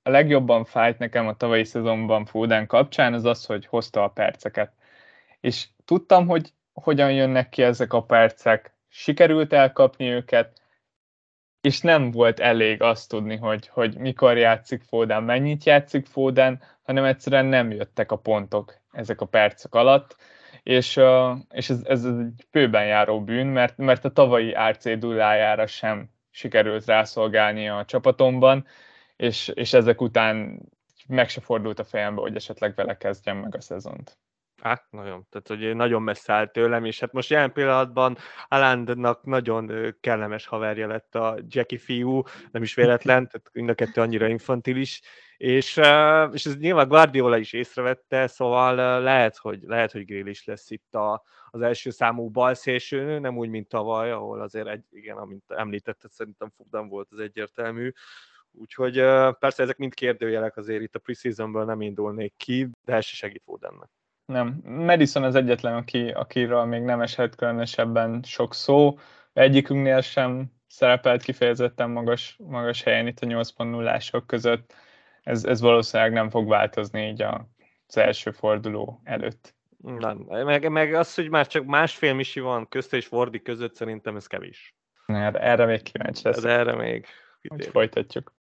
a legjobban fájt nekem a tavalyi szezonban Foden kapcsán, az, hogy hozta a perceket. És tudtam, hogy hogyan jönnek ki ezek a percek, sikerült elkapni őket, és nem volt elég azt tudni, hogy mikor játszik Foden, mennyit játszik Foden, hanem egyszerűen nem jöttek a pontok ezek a percek alatt, és ez egy bőven járó bűn, mert a tavalyi RC dullájára sem sikerült rászolgálni a csapatomban, és ezek után meg se fordult a fejembe, hogy esetleg vele kezdjem meg a szezont. Hát, nagyon. Tehát, hogy nagyon messze áll tőlem, és hát most jelen pillanatban Haalandnak nagyon kellemes haverja lett a Jackie fiú, nem is véletlen, tehát mind a kettő annyira infantilis, és ez nyilván Guardiola is észrevette, szóval lehet, hogy Grealish lesz itt az első számú balszélső, nem úgy, mint tavaly, ahol azért igen, amint említetted, szerintem Foden volt az egyértelmű. Úgyhogy persze ezek mind kérdőjelek, azért itt a preseasonből nem indulnék ki, de ez se segít Fodennek. Nem. Madison az egyetlen, akiről még nem esett különösebben sok szó. Egyikünknél sem szerepelt kifejezetten magas helyen itt a 8.0-ások között. Ez valószínűleg nem fog változni így az első forduló előtt. Nem. Meg az, hogy már csak másfél misi van közte és Wardy között, szerintem ez kevés. Erre még kíváncsi lesz. Erre még. Folytatjuk.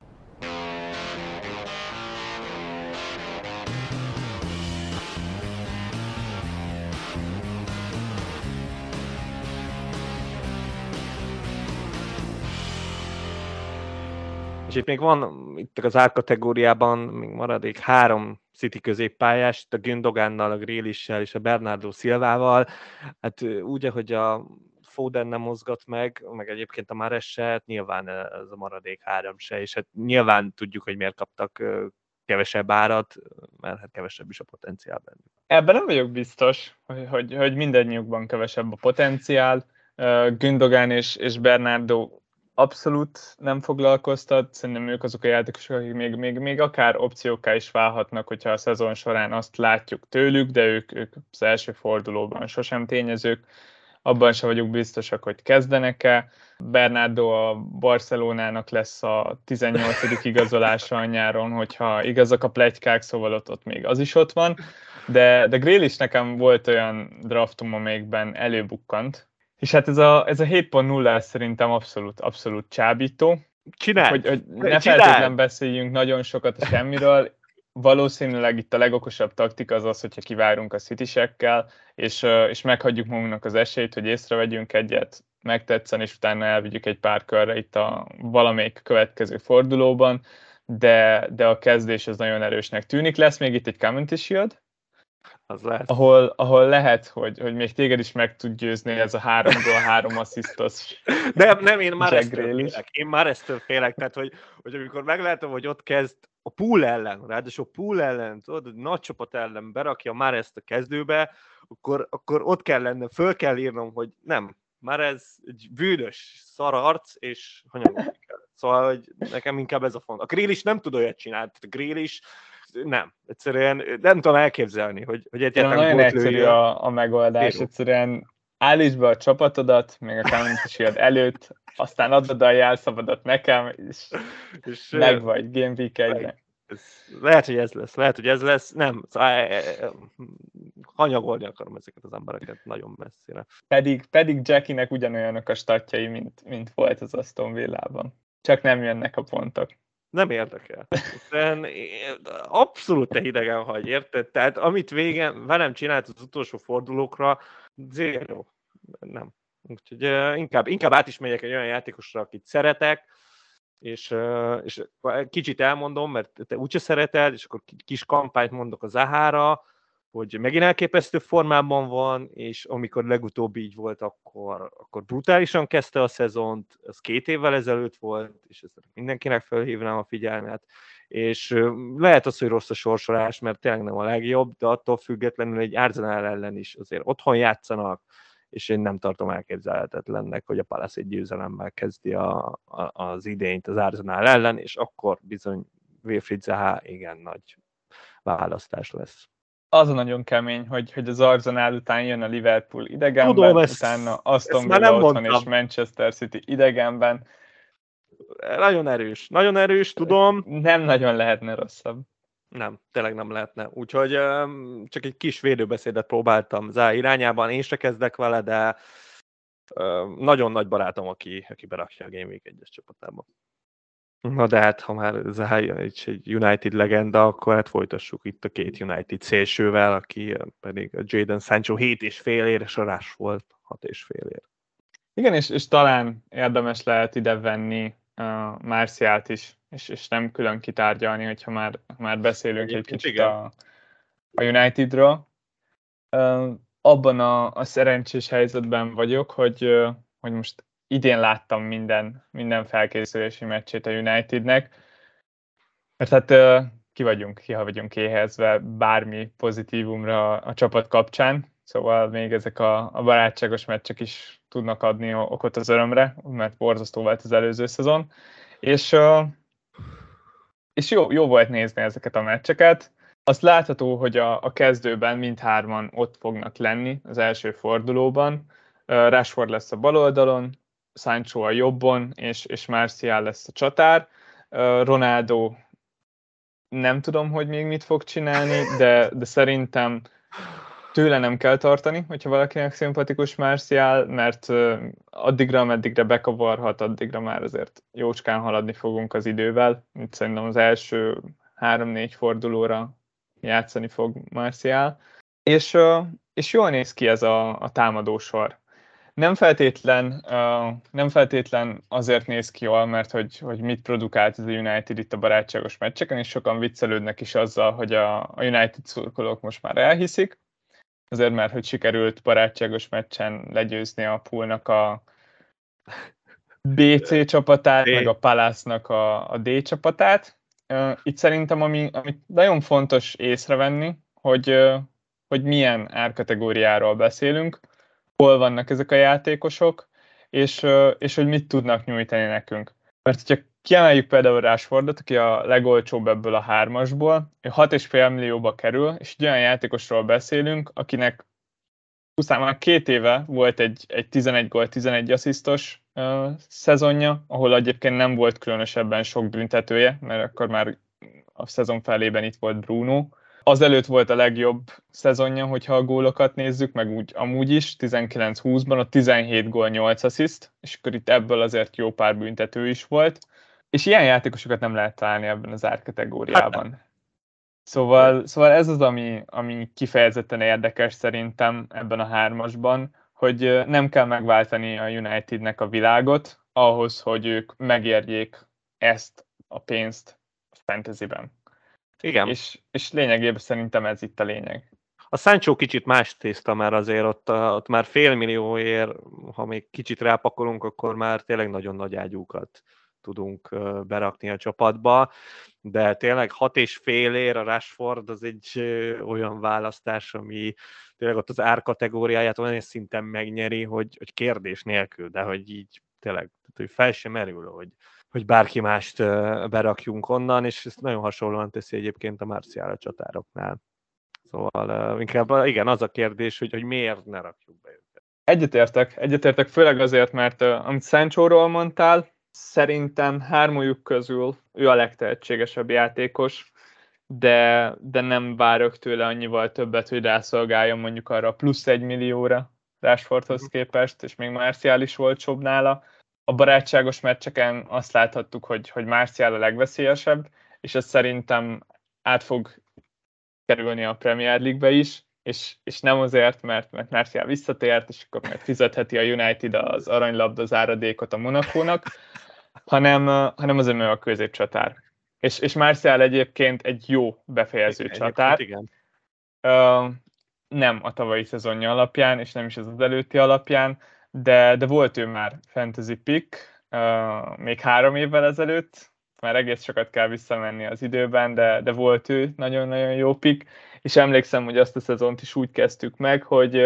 És itt még van, itt az A-kategóriában még maradék 3 City középpályás, a Gündogánnal, a Grealishivel és a Bernardo Silvával. Hát úgy, ahogy a Foden nem mozgat meg egyébként a Mahrez se, hát nyilván ez a maradék 3 se, és hát nyilván tudjuk, hogy miért kaptak kevesebb árat, mert hát kevesebb is a potenciál bennük. Ebben nem vagyok biztos, hogy mindennyiukban kevesebb a potenciál. Gündogan és Bernardo abszolút nem foglalkoztat, szerintem ők azok a játékosok, akik még akár opciókká is válhatnak, hogyha a szezon során azt látjuk tőlük, de ők az első fordulóban sosem tényezők, abban sem vagyunk biztosak, hogy kezdenek-e. Bernardo a Barcelonának lesz a 18. igazolása a nyáron, hogyha igazak a pletykák, szóval ott még az is ott van, de Grealish nekem volt olyan draftom, amelyikben előbukkant, és hát ez a 7.0 szerintem abszolút csábító. Csináld! Hogy ne feltétlenül beszéljünk nagyon sokat a semmiről. Valószínűleg itt a legokosabb taktika az, hogyha kivárunk a City-sekkel, és meghagyjuk magunknak az esélyt, hogy észrevegyünk egyet, megtetszen, és utána elvigyük egy pár körre itt a valamelyik következő fordulóban, de a kezdés az nagyon erősnek tűnik. Lesz még itt egy Community Shield, az lehet. Ahol lehet, hogy még téged is meg tud győzni ez a 3-3 asszisztos. Nem, én már ettől félek. Tehát, hogy amikor meglátom, hogy ott kezd a Pool ellen, ráadásul a Pool ellen, tudod, nagy csapat ellen berakja már ezt a kezdőbe, akkor ott kell lennem, föl kell írnom, hogy nem, már ez egy bűnös szararc, és hanyagolni kell. Szóval, hogy nekem inkább ez a font. A Grealish nem tud olyat csinálni, a Grealish nem, egyszerűen nem tudom elképzelni, hogy egyáltalán nagyon egyszerű a megoldás, egyszerűen állítsd be a csapatodat, még a Community Shield előtt, aztán add a jelszavadat nekem, és meg vagy Game Week 1-re. Lehet, hogy ez lesz, nem, hanyagolni akarom ezeket az embereket nagyon messzire. Pedig Jackie-nek ugyanolyanok a statjai, mint volt az Aston Villában. Csak nem jönnek a pontok. Nem érdekel. Abszolút hidegen hagy, érted? Tehát amit velem csinált az utolsó fordulókra, zero. Nem. Úgyhogy inkább át is megyek egy olyan játékosra, akit szeretek, és kicsit elmondom, mert te úgyse szereted, és akkor kis kampányt mondok az Zahára, hogy megint elképesztő formában van, és amikor legutóbb így volt, akkor brutálisan kezdte a szezont, ez 2 évvel ezelőtt volt, és ezt mindenkinek felhívnám a figyelmet, és lehet az, hogy rossz a sorsolás, mert tényleg nem a legjobb, de attól függetlenül egy Arsenal ellen is azért otthon játszanak, és én nem tartom elképzelhetetlennek, hogy a Palace egy győzelemmel kezdi az idényt az Arsenal ellen, és akkor bizony Wilfried Zaha igen nagy választás lesz. Az a nagyon kemény, hogy az Arsenal után jön a Liverpool idegenben, utána Aston Villa otthon és Manchester City idegenben. Nagyon erős, tudom. Nem nagyon lehetne rosszabb. Nem, tényleg nem lehetne. Úgyhogy csak egy kis védőbeszédet próbáltam Zá irányában. Én se kezdek vele, de nagyon nagy barátom, aki berakja a Game Week 1-es csapatába. Na de hát, ha már Zaha egy United legenda, akkor hát folytassuk itt a két United szélsővel, aki pedig a Jadon Sancho 7,5 éres arás volt, 6,5 ér. Igen, és talán érdemes lehet ide venni Martialt is, és nem külön kitárgyalni, hogyha már beszélünk egy kicsit a Unitedről. Abban a szerencsés helyzetben vagyok, hogy most idén láttam minden felkészülési meccsét a Unitednek, mert hát ki vagyunk éhezve bármi pozitívumra a csapat kapcsán, szóval még ezek a barátságos meccsek is tudnak adni okot az örömre, mert borzasztó volt az előző szezon, és jó volt nézni ezeket a meccseket. Azt látható, hogy a kezdőben mindhárman ott fognak lenni az első fordulóban. Rashford lesz a bal oldalon, Sancho a jobbon, és Martial lesz a csatár. Ronaldo nem tudom, hogy még mit fog csinálni, de szerintem tőle nem kell tartani, hogyha valakinek szimpatikus Martial, mert addigra, ameddigre bekavarhat, addigra már azért jócskán haladni fogunk az idővel. Itt szerintem az első 3-4 fordulóra játszani fog Martial. És jól néz ki ez a támadósor. Nem feltétlen azért néz ki jól, mert hogy mit produkált ez a United itt a barátságos meccseken, és sokan viccelődnek is azzal, hogy a United szurkolók most már elhiszik, azért mert hogy sikerült barátságos meccsen legyőzni a Poolnak a BC csapatát, meg a Palace-nak a D csapatát. Itt szerintem, amit nagyon fontos észrevenni, hogy milyen árkategóriáról beszélünk, hol vannak ezek a játékosok, és hogy mit tudnak nyújtani nekünk. Mert hogyha kiemeljük például Rashfordot, aki a legolcsóbb ebből a 3-asból, ő 6,5 millióba kerül, és egy olyan játékosról beszélünk, akinek pusztán már 2 éve volt egy 11 gól, 11 asszisztos szezonja, ahol egyébként nem volt különösebben sok büntetője, mert akkor már a szezon felében itt volt Bruno. Azelőtt volt a legjobb szezonja, hogyha a gólokat nézzük, meg úgy amúgy is, 19-20-ban, a 17 gól, 8 assziszt, és akkor itt ebből azért jó pár büntető is volt. És ilyen játékosokat nem lehet találni ebben az árkategóriában. Szóval ez az, ami kifejezetten érdekes szerintem ebben a 3-asban, hogy nem kell megváltani a Unitednek a világot ahhoz, hogy ők megérjék ezt a pénzt a fantasyben. Igen. És lényegében szerintem ez itt a lényeg. A Sancho kicsit más tészta már azért, ott már fél millióért, ha még kicsit rápakolunk, akkor már tényleg nagyon nagy ágyúkat tudunk berakni a csapatba, de tényleg 6,5 ér a Rashford az egy olyan választás, ami tényleg ott az árkategóriáját olyan szinten megnyeri, hogy kérdés nélkül, de hogy így tényleg, hogy fel sem merül, hogy bárki mást berakjunk onnan, és ezt nagyon hasonlóan teszi egyébként a Martial a csatároknál. Szóval inkább igen, az a kérdés, hogy miért ne rakjuk be őket. Egyetértek, főleg azért, mert amit Sanchóról mondtál, szerintem hármójuk közül ő a legtehetségesebb játékos, de nem várok tőle annyival többet, hogy rászolgáljon mondjuk arra plusz 1 millióra Rashfordhoz képest, és még Martial is olcsóbb nála. A barátságos meccseken azt láthattuk, hogy Martial a legveszélyesebb, és ez szerintem át fog kerülni a Premier League-be is, és nem azért, mert Martial visszatért, és akkor majd fizetheti a United az aranylabda záradékot a Monacónak, hanem azért, mert a középcsatár. És Martial egyébként egy jó befejező csatár. Igen. Nem a tavalyi szezonja alapján, és nem is az előtti alapján, de volt ő már fantasy pick, még 3 évvel ezelőtt, már egész sokat kell visszamenni az időben, de volt ő nagyon-nagyon jó pick, és emlékszem, hogy azt a szezont is úgy kezdtük meg, hogy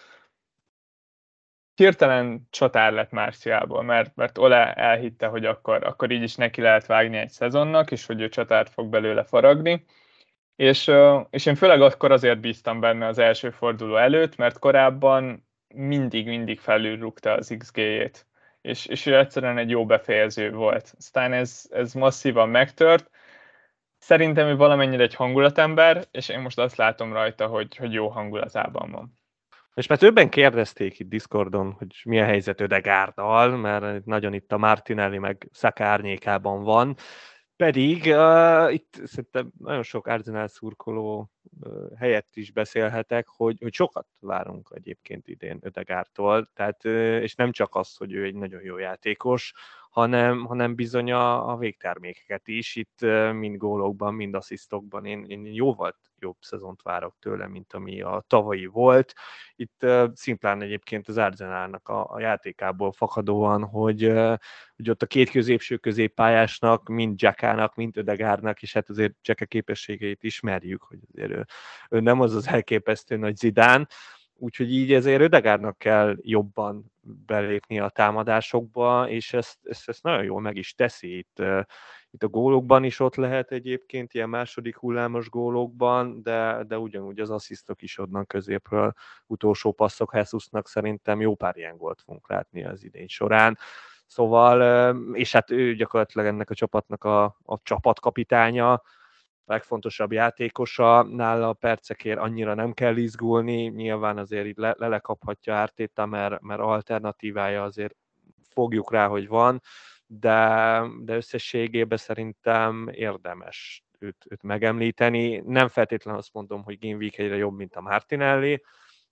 hirtelen csatár lett Martialból, mert Ole elhitte, hogy akkor így is neki lehet vágni egy szezonnak, és hogy ő csatárt fog belőle faragni. És én főleg akkor azért bíztam benne az első forduló előtt, mert korábban mindig felülrúgta az XG-jét. és ő egyszerűen egy jó befejező volt. Aztán ez masszívan megtört. Szerintem ő valamennyire egy hangulatember, és én most azt látom rajta, hogy jó hangulatában van. És mert többen kérdezték itt Discordon, hogy milyen helyzet Ödegárddal, mert nagyon itt a Martinelli meg Saka árnyékában van. Pedig itt szerintem nagyon sok Arsenal szurkoló helyett is beszélhetek, hogy sokat várunk egyébként idén Ödegaardtól, tehát, és nem csak az, hogy ő egy nagyon jó játékos, hanem bizony a végtermékeket is, itt mind gólokban, mind asszisztokban én jóval jobb szezont várok tőle, mint ami a tavalyi volt. Itt szimplán egyébként az Arsenalnak a játékából fakadóan, hogy ott a két középső középpályásnak, mind Xhakának, mind Ödegaardnak, és hát azért Xhaka képességeit ismerjük, hogy azért ő nem az elképesztő nagy Zidane, úgyhogy így ezért Ödegaardnak kell jobban belépni a támadásokba, és ezt nagyon jól meg is teszi itt a gólokban is ott lehet egyébként, ilyen második hullámos gólokban, de ugyanúgy az asszisztok is adnak középről, utolsó passzok Jesusnak szerintem jó pár ilyen gólt fogunk látni az idény során. Szóval, és hát ő gyakorlatilag ennek a csapatnak a csapatkapitánya, legfontosabb játékosa, nála a percekért annyira nem kell izgulni, nyilván azért így lelekaphatja Arteta, mert alternatívája azért fogjuk rá, hogy van, de összességében szerintem érdemes őt megemlíteni. Nem feltétlenül azt mondom, hogy Game Week egyre jobb, mint a Martinelli,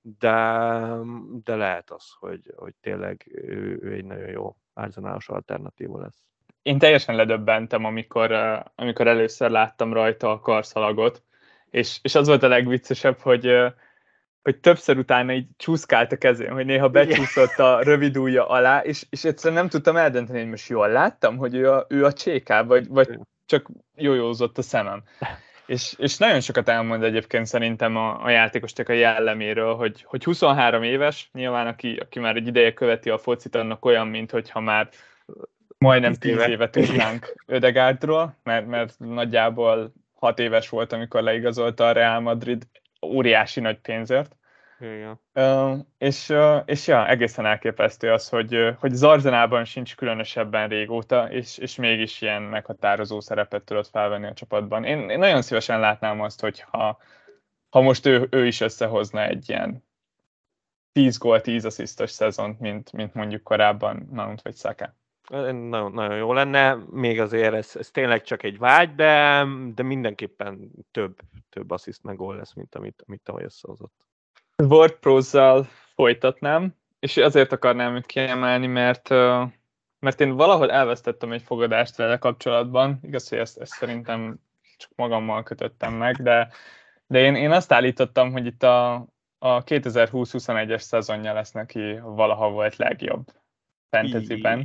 de lehet az, hogy tényleg ő egy nagyon jó Arsenalos alternatíva lesz. Én teljesen ledöbbentem, amikor először láttam rajta a karszalagot, és az volt a legviccesebb, hogy többször utána így csúszkált a kezén, hogy néha becsúszott a rövid ujja alá, és egyszerűen nem tudtam eldönteni, hogy most jól láttam, hogy ő a cséká, vagy csak jójózott a szemem. És nagyon sokat elmond egyébként szerintem a játékosnak a jelleméről, hogy 23 éves, nyilván aki már egy ideje követi a focit, annak olyan, mintha már majdnem 10 éve tudnánk Ödegaardról, mert nagyjából 6 éves volt, amikor leigazolta a Real Madrid óriási nagy pénzért. Igen. És egészen elképesztő az, hogy az Arsenalban sincs különösebben régóta, és mégis ilyen meghatározó szerepet tudott felvenni a csapatban. Én nagyon szívesen látnám azt, hogy ha most ő is összehozna egy ilyen 10 gól, 10 asszisztos szezont, mint mondjuk korábban Mount vagy Saka. Nagyon, nagyon jó lenne, még azért ez tényleg csak egy vágy, de mindenképpen több assziszt meg gól lesz, mint amit tavaly összehozott. WordPress-zal folytatnám, és azért akarnám őt kiemelni, mert én valahol elvesztettem egy fogadást vele kapcsolatban, igaz, hogy ezt szerintem csak magammal kötöttem meg, de én azt állítottam, hogy itt a 2020-21-es szezonja lesz neki valaha volt legjobb fantasyben.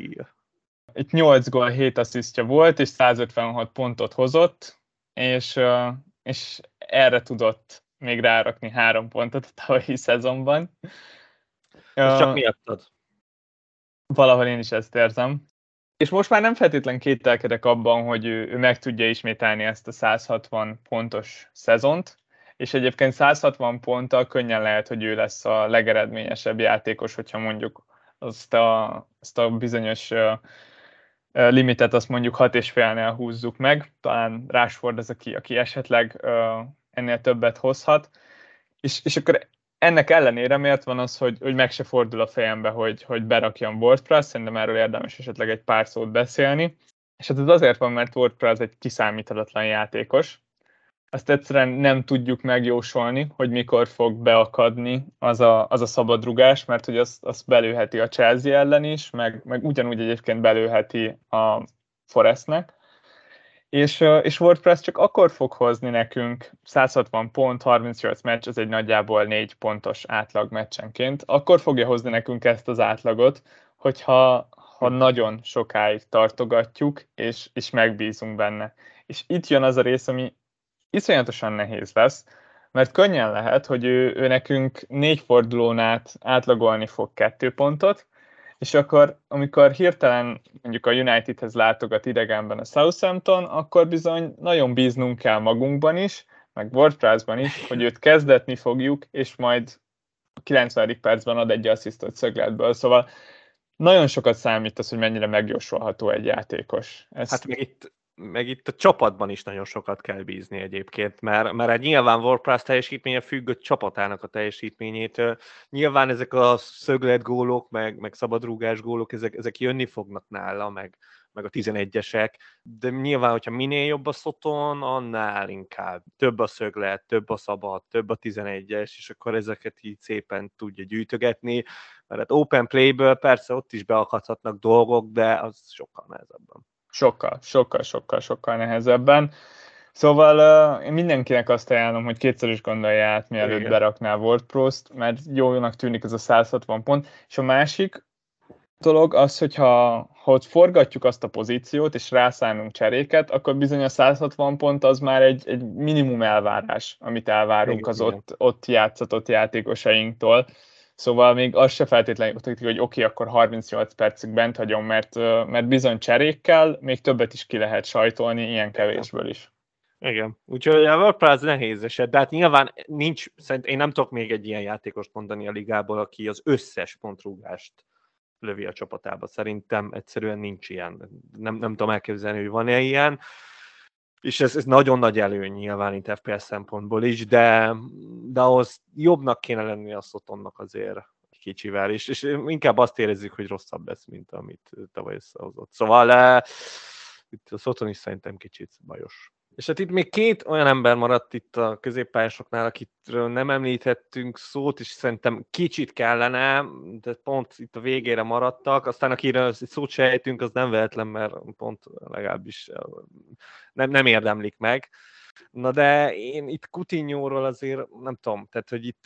Itt 8 gól, 7 asszisztja volt, és 156 pontot hozott, és erre tudott még rárakni 3 pontot a tavalyi szezonban. Ez csak miattad. Valahogy én is ezt érzem. És most már nem feltétlen kételkedek abban, hogy ő meg tudja ismételni ezt a 160 pontos szezont, és egyébként 160 ponttal könnyen lehet, hogy ő lesz a legeredményesebb játékos, hogyha mondjuk azt a bizonyos limitet, azt mondjuk 6,5-nél húzzuk meg. Talán Rashford az, aki esetleg ennél többet hozhat. És akkor ennek ellenére miért van az, hogy meg se fordul a fejembe, hogy berakjam WordPress, szerintem erről érdemes esetleg egy pár szót beszélni. És hát ez azért van, mert WordPress egy kiszámíthatatlan játékos. Azt egyszerűen nem tudjuk megjósolni, hogy mikor fog beakadni az a szabadrugás, mert hogy azt belőheti a Chelsea ellen is, meg ugyanúgy egyébként belőheti a Forestnek. És WordPress csak akkor fog hozni nekünk 160 pont, 38 meccs, ez egy nagyjából 4 pontos átlag meccsenként. Akkor fogja hozni nekünk ezt az átlagot, hogyha nagyon sokáig tartogatjuk, és megbízunk benne. És itt jön az a rész, ami iszonyatosan nehéz lesz, mert könnyen lehet, hogy ő nekünk 4 fordulón át átlagolni fog 2 pontot, és akkor, amikor hirtelen mondjuk a Unitedhez látogat idegenben a Southampton, akkor bizony nagyon bíznunk kell magunkban is, meg WordPressban is, hogy őt kezdetni fogjuk, és majd a 90. percben ad egy asszisztot szögletből. Szóval nagyon sokat számít az, hogy mennyire megjósolható egy játékos. Hát meg itt a csapatban is nagyon sokat kell bízni egyébként, mert egy nyilván WordPress teljesítménye függ a csapatának a teljesítményétől. Nyilván ezek a szögletgólok, meg szabadrúgás gólok, ezek jönni fognak nála, meg a 11-esek, de nyilván, hogyha minél jobb a szoton, annál inkább több a szöglet, több a szabad, több a 11-es, és akkor ezeket így szépen tudja gyűjtögetni, mert hát open playből persze ott is beakadhatnak dolgok, de az sokkal nehezebben. Sokkal nehezebben. Szóval én mindenkinek azt ajánlom, hogy kétszer is gondolja át, mielőtt berakná WordPress-t, mert jónak tűnik ez a 160 pont. És a másik dolog az, hogyha ott forgatjuk azt a pozíciót, és rászánunk cseréket, akkor bizony a 160 pont az már egy minimum elvárás, amit elvárunk az ott játszatott játékosainktól. Szóval még az se feltétlenül, hogy oké, akkor 38 percig bent hagyom, mert bizony cserékkel még többet is ki lehet sajtolni, ilyen kevésből is. Igen, úgyhogy a WordPress nehéz eset, de hát nyilván én nem tudok még egy ilyen játékost mondani a ligából, aki az összes pontrúgást lövi a csapatába. Szerintem egyszerűen nincs ilyen. Nem tudom elképzelni, hogy van-e ilyen. És ez nagyon nagy előny nyilván itt FPS szempontból is, de ahhoz jobbnak kéne lenni a szotonnak azért kicsivel, és inkább azt érezzük, hogy rosszabb lesz, mint amit tavaly összehozott. Szóval itt a szoton is szerintem kicsit bajos. És hát itt még két olyan ember maradt itt a középpályásoknál, akitről nem említettünk szót, és szerintem kicsit kellene, de pont itt a végére maradtak. Aztán akire szót se ejtünk, az nem vehetlen, mert pont legalábbis nem érdemlik meg. Na de én itt Coutinho-ról azért nem tudom, tehát hogy itt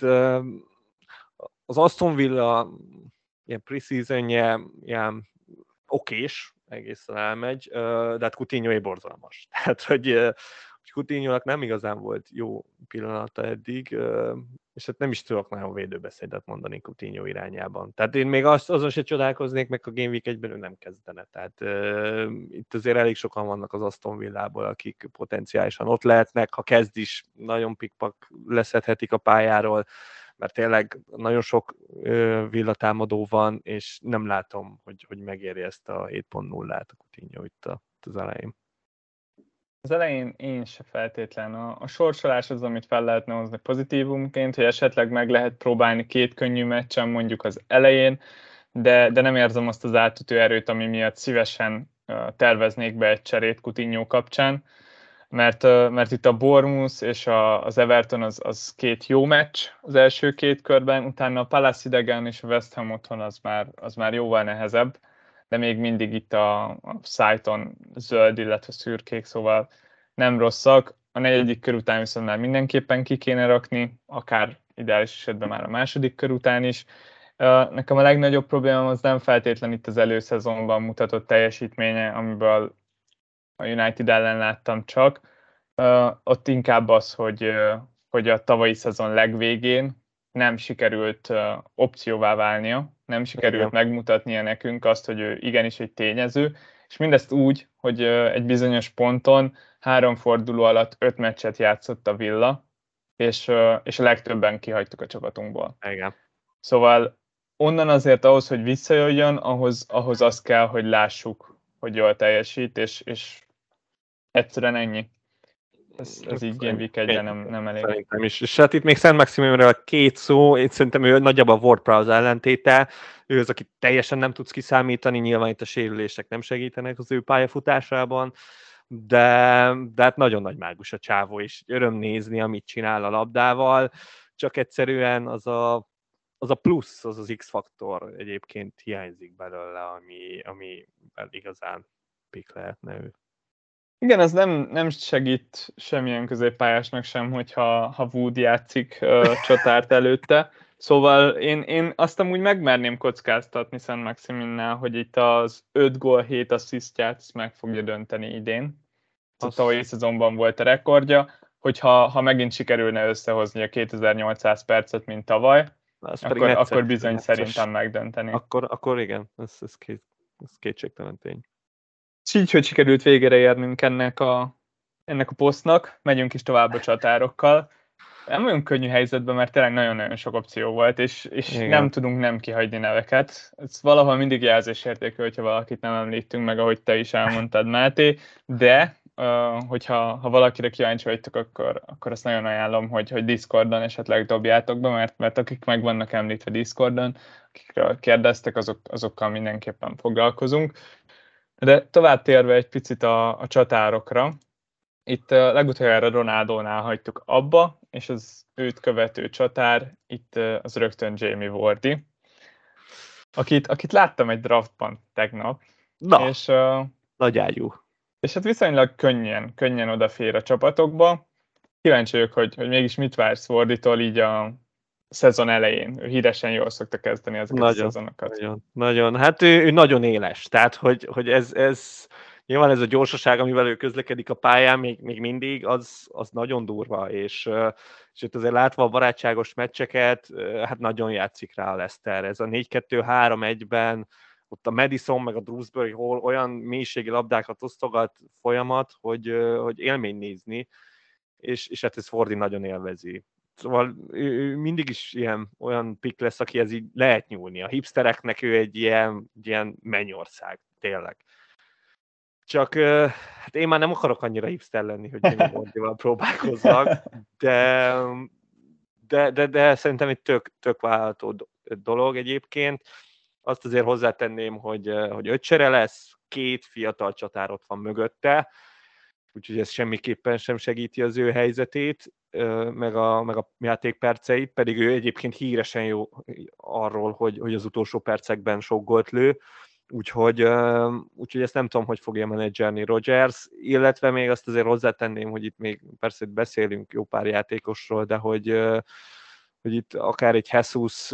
az Aston Villa ilyen pre-seasonje ilyen okés, egészen elmegy, de hát Coutinho borzalmas. Tehát, hogy Coutinho-nak nem igazán volt jó pillanata eddig, és hát nem is tudok nagyon védőbeszédet mondani Coutinho irányában. Tehát én még azon se csodálkoznék, meg a Game Week 1-ben ő nem kezdene. Tehát itt azért elég sokan vannak az Aston Villából, akik potenciálisan ott lehetnek, ha kezd is, nagyon pikpak leszedhetik a pályáról, mert tényleg nagyon sok villatámadó van, és nem látom, hogy megéri ezt a 7.0-át a Coutinho itt az elején. Az elején én se feltétlen. A sorsolás az, amit fel lehetne hozni pozitívumként, hogy esetleg meg lehet próbálni két könnyű meccsen mondjuk az elején, de nem érzem azt az átütő erőt, ami miatt szívesen terveznék be egy cserét Coutinho kapcsán, mert itt a Bournemouth és az Everton az két jó meccs az első két körben, utána a Palace idegen és a West Ham otthon az már jóval nehezebb, de még mindig itt a szájton zöld, illetve szürkék, szóval nem rosszak. A negyedik kör után viszont már mindenképpen ki kéne rakni, akár ideális esetben már a második kör után is. Nekem a legnagyobb problémám az nem feltétlen itt az előszezonban mutatott teljesítménye, amiből a United ellen láttam csak. Ott inkább az, hogy a tavalyi szezon legvégén nem sikerült opcióvá válnia, nem sikerült megmutatnia nekünk azt, hogy ő igenis egy tényező, és mindezt úgy, hogy egy bizonyos ponton 3 forduló alatt 5 meccset játszott a Villa, és a legtöbben kihagytuk a csapatunkból. Igen. Szóval onnan azért ahhoz, hogy visszajöjjön, ahhoz azt kell, hogy lássuk, hogy jól teljesít, és egyszerűen ennyi. Ez így Game Week 1-ben nem elég. Szerintem is. És hát itt még Szent Maximumról két szó, én szerintem ő nagyjából a WordPress ellentéte, ő az, aki teljesen nem tudsz kiszámítani, nyilván itt a sérülések nem segítenek az ő pályafutásában, de hát nagyon nagy mágus a csávó, és öröm nézni, amit csinál a labdával, csak egyszerűen az a plusz, az X-faktor egyébként hiányzik belőle, ami igazán pik lehetne ő. Igen, ez nem segít semmilyen középpályásnak sem, hogyha Wood játszik csatárt előtte. Szóval én azt amúgy megmerném kockáztatni Szent Maximinnál, hogy itt az 5 gól 7 asszisztját meg fogja dönteni idén. A tavalyi szezonban volt a rekordja, hogyha megint sikerülne összehozni a 2800 percet, mint tavaly, akkor bizony szerintem megdönteni. Akkor igen, ez kétségtelen tény. És így, hogy sikerült végére érnünk ennek a posztnak, megyünk is tovább a csatárokkal. nem olyan könnyű helyzetben, mert tényleg nagyon-nagyon sok opció volt, és nem tudunk nem kihagyni neveket. Ez valahol mindig jelzésértékű, hogyha valakit nem említünk meg, ahogy te is elmondtad, Máté, de hogyha valakire kíváncsi vagytok, akkor azt nagyon ajánlom, hogy Discordon esetleg dobjátok be, mert akik meg vannak említve Discordon, akikről kérdeztek, azokkal mindenképpen foglalkozunk. De tovább térve egy picit a csatárokra, itt legutoljára Ronaldónál hagytuk abba, és az őt követő csatár, itt az rögtön Jamie Vardy, akit láttam egy draftban tegnap. Na, és, nagyágyú. És hát viszonylag könnyen odafér a csapatokba. Kíváncsi vagyok, hogy mégis mit vársz Vardytól így a szezon elején. Ő híresen jól szokta kezdeni ezeket a szezonokat. Nagyon. Hát ő nagyon éles, tehát hogy ez nyilván ez a gyorsaság, amivel ő közlekedik a pályán még mindig, az nagyon durva, és itt azért látva a barátságos meccseket, hát nagyon játszik rá a Leicester. Ez a 4-2-3-1-ben, ott a Madison meg a Dewsbury Hall olyan mélységi labdákat osztogat folyamat, hogy élmény nézni, és hát ez Vardy nagyon élvezi. Szóval ő mindig is olyan pick lesz, akihez így lehet nyúlni. A hipstereknek ő egy ilyen mennyország, tényleg. Csak hát én már nem akarok annyira hipster lenni, hogy én Vardyval próbálkozzak, de szerintem egy tök vállalható dolog egyébként. Azt azért hozzátenném, hogy ötcsere lesz, 2 fiatal csatár ott van mögötte, úgyhogy ez semmiképpen sem segíti az ő helyzetét, meg a játékperceit, pedig ő egyébként híresen jó arról, hogy az utolsó percekben sok gólt lő, úgyhogy ezt nem tudom, hogy fogja menedzselni Rodgers, illetve még azt azért hozzátenném, hogy itt még persze beszélünk jó pár játékosról, de hogy itt akár egy Jesus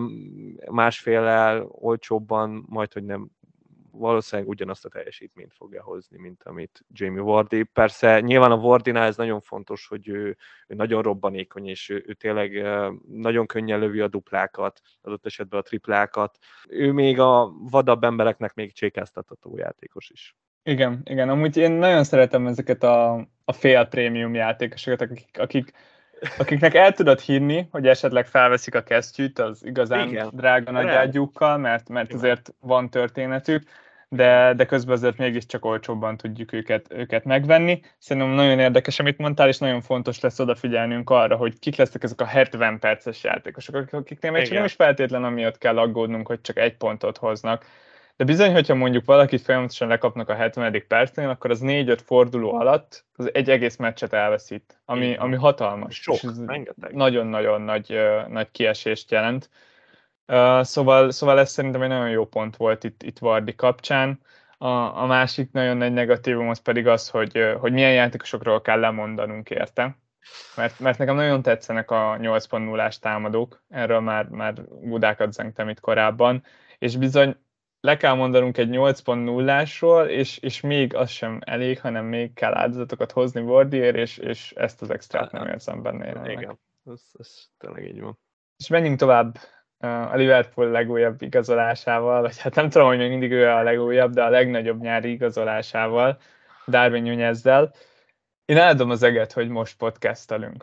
másféllel olcsóbban majdhogy nem valószínűleg ugyanazt a teljesítményt fogja hozni, mint amit Jamie Vardy. Persze nyilván a Vardynál ez nagyon fontos, hogy ő nagyon robbanékony, és ő tényleg nagyon könnyen lövi a duplákat, adott esetben a triplákat. Ő még a vadabb embereknek még csékáztatható játékos is. Igen, amúgy én nagyon szeretem ezeket a fél prémium játékosokat, akiknek el tudod hinni, hogy esetleg felveszik a kesztyűt az igazán drága nagyágyúkkal, mert azért van történetük, de közben azért mégiscsak olcsóbban tudjuk őket megvenni. Szerintem nagyon érdekes, amit mondtál, és nagyon fontos lesz odafigyelnünk arra, hogy kik lesznek ezek a 70 perces játékosok, akiknél még csak nem is feltétlen amiatt kell aggódnunk, hogy csak 1 pontot hoznak. De bizony, hogyha mondjuk valakit folyamatosan lekapnak a 70. percnél, akkor az 4-5 forduló alatt az egy egész meccset elveszít, ami hatalmas. Sok, nagyon-nagyon nagy kiesést jelent. Szóval ez szerintem egy nagyon jó pont volt itt Vardy kapcsán. A másik nagyon nagy negatívum az pedig az, hogy milyen játékosokról kell lemondanunk érte. Mert nekem nagyon tetszenek a 8.0-ás támadók, erről már budákat zengtem itt korábban, és bizony le kell mondanunk egy 8.0-ásról, és még az sem elég, hanem még kell áldozatokat hozni Vardyért, és ezt az extrát nem érzem benne jelenleg. Igen, ez tényleg így van. És menjünk tovább a Liverpool legújabb igazolásával, vagy hát nem tudom, hogy még mindig ő a legújabb, de a legnagyobb nyári igazolásával, Darwin Núñezzel. Én áldom az eget, hogy most podcastelünk,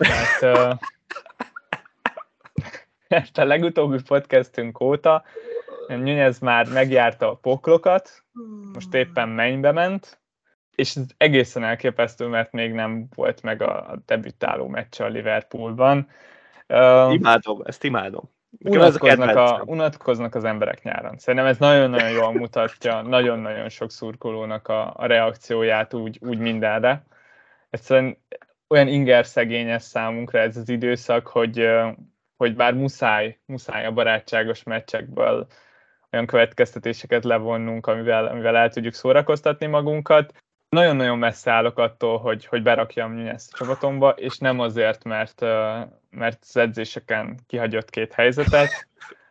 mert a legutóbbi podcastünk óta Núñez már megjárta a poklokat, most éppen mennybe ment, és ez egészen elképesztő, mert még nem volt meg a debütáló meccse a Liverpoolban. Ezt imádom. Unatkoznak az emberek nyáron. Szerintem ez nagyon-nagyon jól mutatja nagyon-nagyon sok szurkolónak a reakcióját úgy mindenre. Egyszerűen olyan ingerszegényes számunkra ez az időszak, hogy bár muszáj a barátságos meccsekből olyan következtetéseket levonnunk, amivel el tudjuk szórakoztatni magunkat. Nagyon-nagyon messze állok attól, hogy berakjam Núñezt a csapatomba, és nem azért, mert az edzéseken kihagyott 2 helyzetet,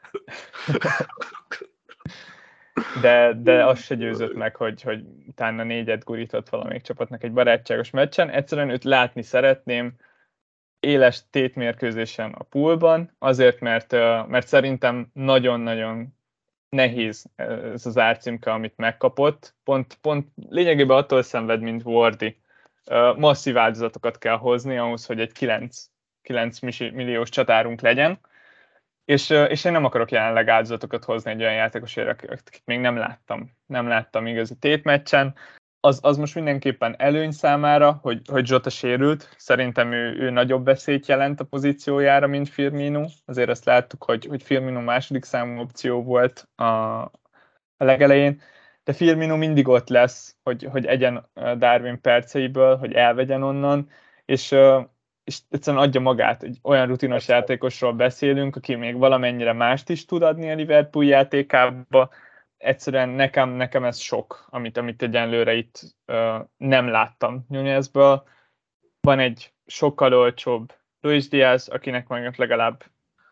de az se győzött meg, hogy utána 4-et gurított valamelyik csapatnak egy barátságos meccsen. Egyszerűen őt látni szeretném éles tétmérkőzésen a poolban, azért, mert szerintem nagyon-nagyon nehéz ez az árcímke, amit megkapott. Pont lényegében attól szenved, mint Vardy. Masszív áldozatokat kell hozni ahhoz, hogy egy 9 9 milliós csatárunk legyen, és én nem akarok jelenleg áldozatokat hozni egy olyan játékosért, akit még nem láttam. Nem láttam igazi tétmeccsen. Az most mindenképpen előny számára, hogy Jota sérült. Szerintem ő nagyobb veszélyt jelent a pozíciójára, mint Firmino. Azért azt láttuk, hogy Firmino második számú opció volt a legelején, de Firmino mindig ott lesz, hogy egyen Darwin perceiből, hogy elvegyen onnan, és egyszerűen adja magát. Egy olyan rutinos játékosról beszélünk, aki még valamennyire mást is tud adni a Liverpool játékába. Egyszerűen nekem ez sok, amit egyenlőre itt nem láttam Nunezből. Van egy sokkal olcsóbb Luis Diaz, akinek meg legalább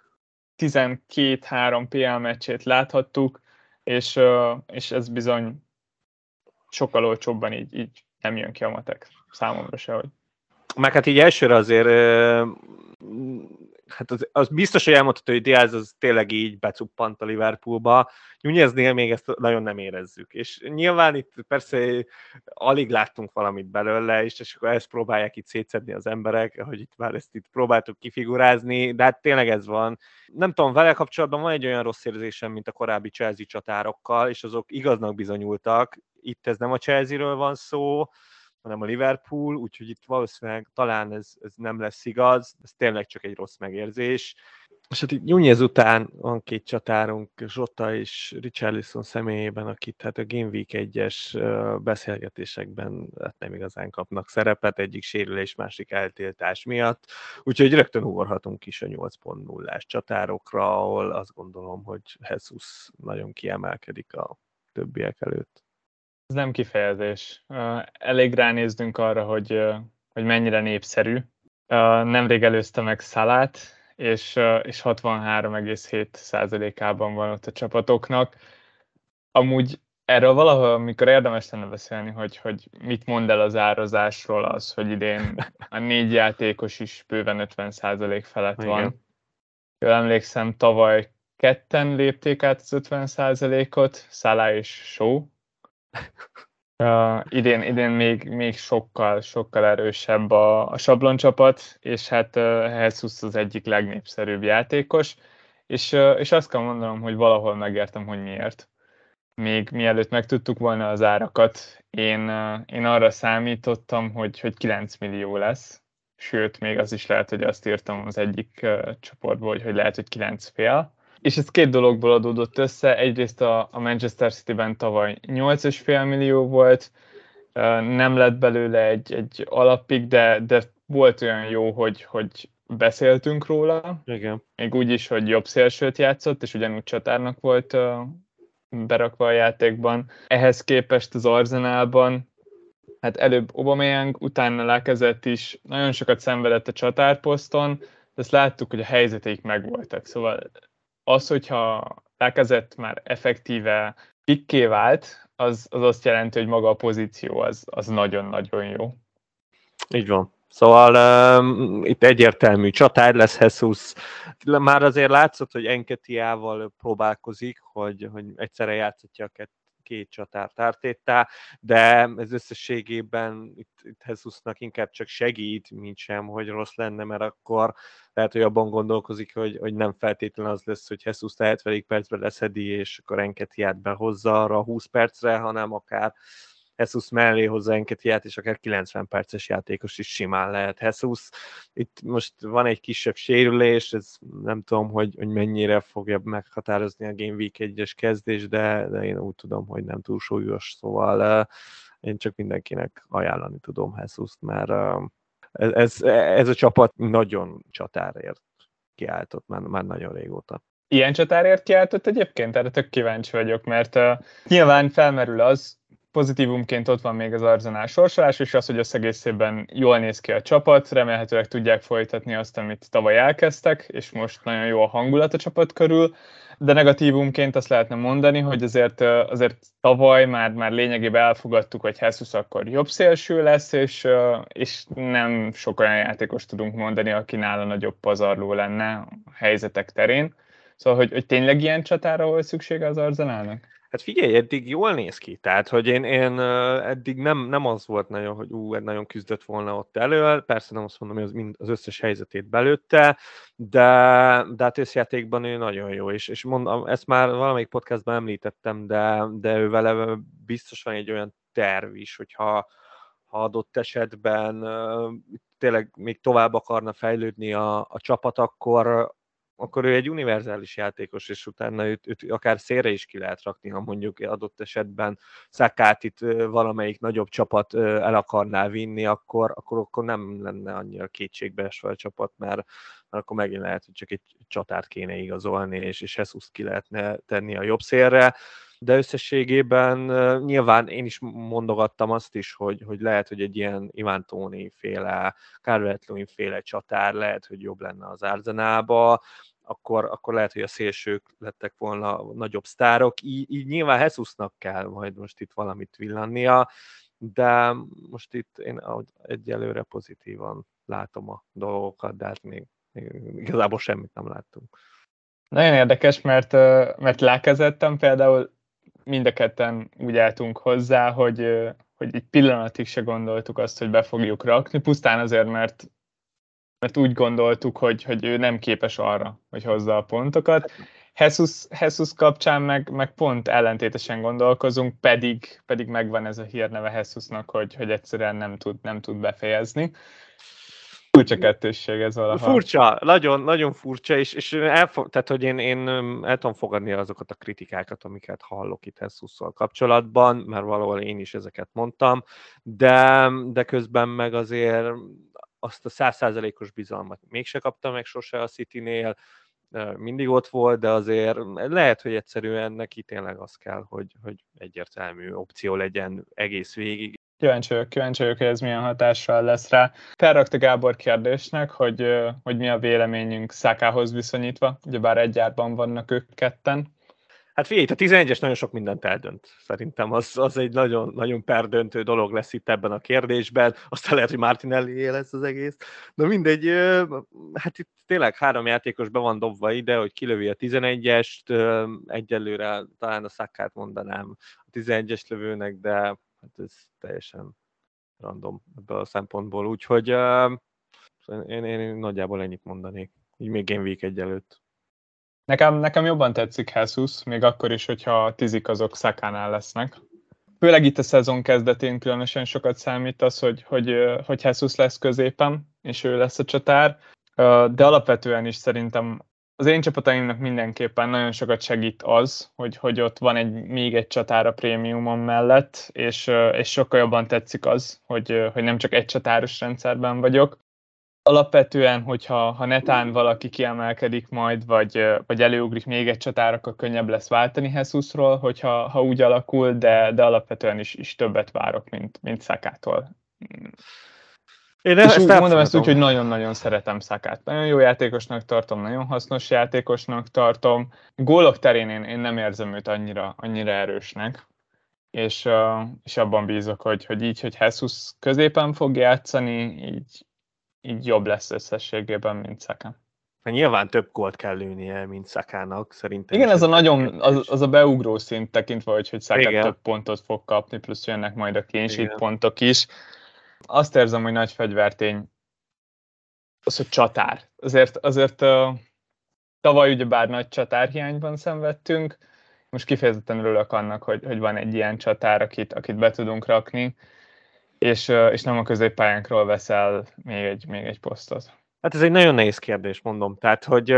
12-3 PL meccsét láthattuk, és ez bizony sokkal olcsóbban így nem jön ki a matek számomra sehogy. Meg hát így elsőre azért hát az biztos, hogy elmondható, hogy Diaz az tényleg így becuppant a Liverpoolba. Nuneznél még ezt nagyon nem érezzük. És nyilván itt persze alig láttunk valamit belőle, és akkor ezt próbálják itt szétszedni az emberek, hogy itt már ezt itt próbáltuk kifigurázni, de hát tényleg ez van. Nem tudom, vele kapcsolatban van egy olyan rossz érzésem, mint a korábbi Chelsea csatárokkal, és azok igaznak bizonyultak. Itt ez nem a Chelsea-ről van szó, hanem a Liverpool, úgyhogy itt valószínűleg talán ez nem lesz igaz, ez tényleg csak egy rossz megérzés. És hát itt Nunez után van két csatárunk, Jota és Richarlison személyében, akit hát a Game Week 1-es beszélgetésekben hát nem igazán kapnak szerepet, egyik sérülés, másik eltiltás miatt, úgyhogy rögtön ugorhatunk is a 8.0-ás csatárokra, ahol azt gondolom, hogy Jesus nagyon kiemelkedik a többiek előtt. Ez nem kifejezés. Elég ránéznünk arra, hogy mennyire népszerű. Nemrég előzte meg Salát, és 63,7%-ában van ott a csapatoknak. Amúgy erről valahol, amikor érdemes lenne beszélni, hogy mit mond el az árazásról az, hogy idén a 4 játékos is bőven 50% felett van. Igen. Jól emlékszem, tavaly ketten lépték át az 50%-ot, Salah és Shaw. Idén még sokkal erősebb a sabloncsapat, és hát Jesus az egyik legnépszerűbb játékos, és azt kell mondanom, hogy valahol megértem, hogy miért. Még mielőtt megtudtuk volna az árakat, én arra számítottam, hogy 9 millió lesz, sőt, még az is lehet, hogy azt írtam az egyik csoportból, hogy lehet, hogy 9,5. És ez két dologból adódott össze. Egyrészt a Manchester City-ben tavaly 8,5 millió volt, nem lett belőle egy alapig, de volt olyan jó, hogy beszéltünk róla. Igen. Még úgy is, hogy jobb szélsőt játszott, és ugyanúgy csatárnak volt berakva a játékban. Ehhez képest az Arsenalban, hát előbb Aubameyang, utána Lacazette is nagyon sokat szenvedett a csatárposzton, de ezt láttuk, hogy a helyzeteik megvoltak. Szóval az, hogyha Lacazette már effektíve pikké vált, az azt jelenti, hogy maga a pozíció az nagyon-nagyon jó. Így van. Szóval itt egyértelmű csatár lesz Jesus. Már azért látszott, hogy Nketiával próbálkozik, hogy egyszerre játszhatja a két csatárt Artétá, de ez összességében itt Jesusnak inkább csak segít, mint sem, hogy rossz lenne, mert akkor lehet, hogy abban gondolkozik, hogy nem feltétlenül az lesz, hogy Jesus a 70. percben leszedi, és akkor Nketiát behozza arra a 20 percre, hanem akár Jesus mellé hozza Nketiát, és akár 90 perces játékos is simán lehet Jesus. Itt most van egy kisebb sérülés, ez nem tudom, hogy mennyire fogja meghatározni a Game Week 1-es kezdés, de én úgy tudom, hogy nem túl súlyos, szóval én csak mindenkinek ajánlani tudom Jesus-t, mert ez a csapat nagyon csatárért kiáltott már nagyon régóta. Ilyen csatárért kiáltott egyébként? Erre tök kíváncsi vagyok, mert nyilván felmerül az, pozitívumként ott van még az Arsenal sorsolás, és az, hogy összegészében jól néz ki a csapat, remélhetőleg tudják folytatni azt, amit tavaly elkezdtek, és most nagyon jó a hangulat a csapat körül, de negatívumként azt lehetne mondani, hogy azért tavaly már lényegében elfogadtuk, hogy Jesus akkor jobb szélső lesz, és nem sok olyan játékos tudunk mondani, aki nála nagyobb pazarló lenne a helyzetek terén. Szóval, hogy tényleg ilyen csatára volt szüksége az Arsenalnak? Hát figyelj, eddig jól néz ki, tehát hogy én eddig nem az volt nagyon, hogy nagyon küzdött volna ott elől, persze nem azt mondom, hogy az összes helyzetét belőtte, de hát összjátékban ő nagyon jó, és mondom, ezt már valamelyik podcastban említettem, de ő vele biztos van egy olyan terv is, hogyha adott esetben tényleg még tovább akarna fejlődni a csapat, akkor ő egy univerzális játékos, és utána őt akár szélre is ki lehet rakni, ha mondjuk adott esetben Szakát itt valamelyik nagyobb csapat el akarná vinni, akkor nem lenne annyira kétségbeesve a csapat, mert akkor megint lehet, hogy csak egy csatárt kéne igazolni, és Jesus ki lehetne tenni a jobb szélre. De összességében nyilván én is mondogattam azt is, hogy lehet, hogy egy ilyen Iván Tóni féle, Calvert-Lewin féle csatár lehet, hogy jobb lenne az Arsenalba, akkor lehet, hogy a szélsők lettek volna nagyobb sztárok. Így nyilván Jesusnak kell majd most itt valamit villannia, de most itt én egyelőre pozitívan látom a dolgokat, de hát még igazából semmit nem láttunk. Nagyon érdekes, mert Lákazettem például mind a ketten úgy álltunk hozzá, hogy egy pillanatig se gondoltuk azt, hogy be fogjuk rakni, pusztán azért, mert úgy gondoltuk, hogy ő nem képes arra, hogy hozza a pontokat. Jesus kapcsán meg pont ellentétesen gondolkozunk, pedig megvan ez a hírneve Jesusnak, hogy egyszerűen nem tud befejezni. Furcsa kettősség ez valaha. Furcsa, nagyon, nagyon furcsa, és tehát, hogy én el tudom fogadni azokat a kritikákat, amiket hallok itt Jesusszal kapcsolatban, mert valahol én is ezeket mondtam, de közben meg azért azt a 100%-os bizalmat mégse kaptam meg sose a Citynél, mindig ott volt, de azért lehet, hogy egyszerűen neki tényleg az kell, hogy egyértelmű opció legyen egész végig. Kíváncsi vagyok, hogy ez milyen hatással lesz rá. Felrakta Gábor kérdésnek, hogy mi a véleményünk Szakához viszonyítva, ugyebár egy árban vannak ők ketten. Hát figyelj, a 11-es nagyon sok mindent eldönt. Szerintem az egy nagyon, nagyon perdöntő dolog lesz itt ebben a kérdésben. Aztán lehet, hogy Martinelli lesz az egész. De mindegy, hát itt tényleg 3 játékos be van dobva ide, hogy kilövi a 11-est. Egyelőre talán a Szakát mondanám a 11-es lövőnek, de hát ez teljesen random ebből a szempontból. Úgyhogy én nagyjából ennyit mondanék. Így még Game Week 1 előtt. Nekem jobban tetszik Jesus, még akkor is, hogyha a tizik azok Szakánál lesznek. Főleg itt a szezon kezdetén különösen sokat számít az, hogy Jesus lesz középen, és ő lesz a csatár, de alapvetően is szerintem az én csapataimnak mindenképpen nagyon sokat segít az, hogy ott van még egy csatár a prémiumon mellett, és sokkal jobban tetszik az, hogy nem csak egy csatáros rendszerben vagyok. Alapvetően, hogyha netán valaki kiemelkedik majd, vagy előugrik még egy csatár, akkor könnyebb lesz váltani Jesusról, hogyha úgy alakul, de alapvetően is többet várok, mint Szakától. És úgy mondom ezt úgy, hogy nagyon-nagyon szeretem Szakát. Nagyon jó játékosnak tartom, nagyon hasznos játékosnak tartom. Gólok terén én nem érzem őt annyira erősnek. És abban bízok, hogy így, hogy Jesus középen fog játszani, így jobb lesz összességében, mint Szaka. Nyilván több gólt kell lőnie, mint Szakának, szerintem. Igen, ez az a beugró szint tekintve, hogy Szaka több pontot fog kapni, plusz jönnek majd a clean sheet pontok is. Azt érzem, hogy nagy fegyvertény az, hogy csatár. Azért tavaly ugyebár nagy csatárhiányban szenvedtünk, most kifejezetten örülök annak, hogy van egy ilyen csatár, akit be tudunk rakni, és nem a középpályánkról veszel még egy posztot. Hát ez egy nagyon nehéz kérdés, mondom. Tehát, hogy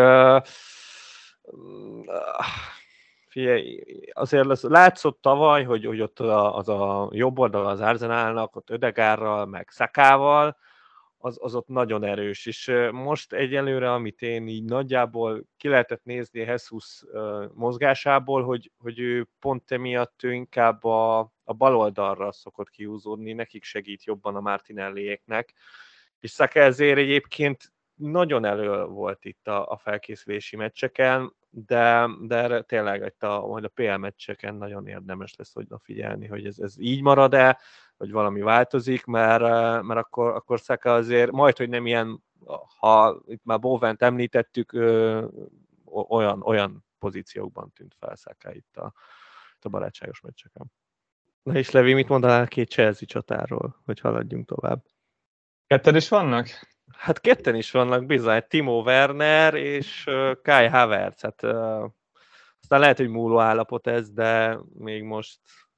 figyelj, azért látszott tavaly, hogy ott az a jobb oldal az Arsenalnak, ott Ödegárral, meg Szakával, az ott nagyon erős, és most egyelőre, amit én így nagyjából ki lehetett nézni Jesus mozgásából, hogy ő pont emiatt ő inkább a bal oldalra szokott kiúzódni, nekik segít jobban a Martinelliéknek, és Saka ezért egyébként nagyon elő volt itt a felkészülési meccseken, de erre tényleg majd a PL meccseken nagyon érdemes lesz figyelni, hogy ez így marad-e, hogy valami változik, mert akkor Saka azért majd, hogy nem ilyen, ha itt már Bovent említettük, olyan pozíciókban tűnt fel Saka itt a barátságos meccseken. Na és Levi, mit mondanál két Chelsea csatárról, hogy haladjunk tovább? Ketten is vannak? Hát ketten is vannak bizony, Timo Werner és Kai Havertz. Hát, aztán lehet, hogy múló állapot ez, de még most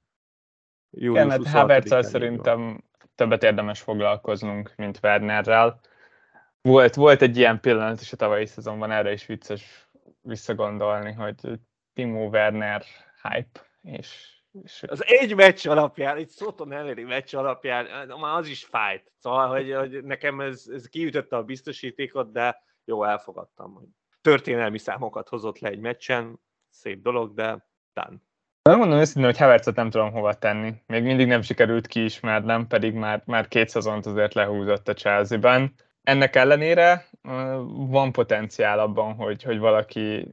július 26-án. Havertzel szerintem többet érdemes foglalkoznunk, mint Wernerrel. Volt egy ilyen pillanat is a tavalyi szezonban, erre is vicces visszagondolni, hogy Timo Werner hype, és az egy meccs alapján, egy Soton elleni meccs alapján, már az is fájt. Szóval, hogy nekem ez kiütötte a biztosítékot, de jó, elfogadtam, hogy történelmi számokat hozott le egy meccsen, szép dolog, de tán. Mondom őszintén, hogy Havertzet nem tudom hova tenni. Még mindig nem sikerült kiismernem, pedig már 2 szezont azért lehúzott a Chelsea-ben. Ennek ellenére van potenciál abban, hogy valaki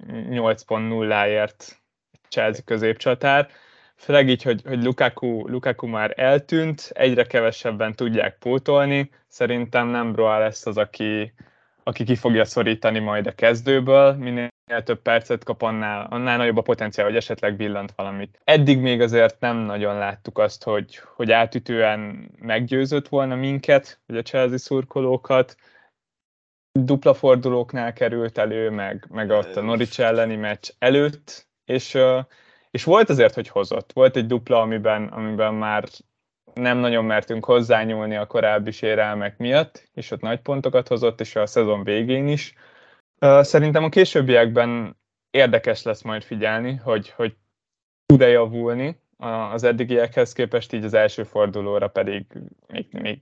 8.0-ért Chelsea középcsatár. Főleg így, hogy Lukaku már eltűnt, egyre kevesebben tudják pótolni. Szerintem nem Broa lesz az, aki ki fogja szorítani majd a kezdőből. Minél több percet kap, annál nagyobb a potenciál, hogy esetleg villant valamit. Eddig még azért nem nagyon láttuk azt, hogy átütően meggyőzött volna minket, vagy a Chelsea szurkolókat. Dupla fordulóknál került elő, meg ott a Norwich elleni meccs előtt, és volt azért, hogy hozott. Volt egy dupla, amiben már nem nagyon mertünk hozzányúlni a korábbi sérelmek miatt, és ott nagy pontokat hozott, és a szezon végén is. Szerintem a későbbiekben érdekes lesz majd figyelni, hogy tud-e javulni az eddigiekhez képest, így az első fordulóra pedig még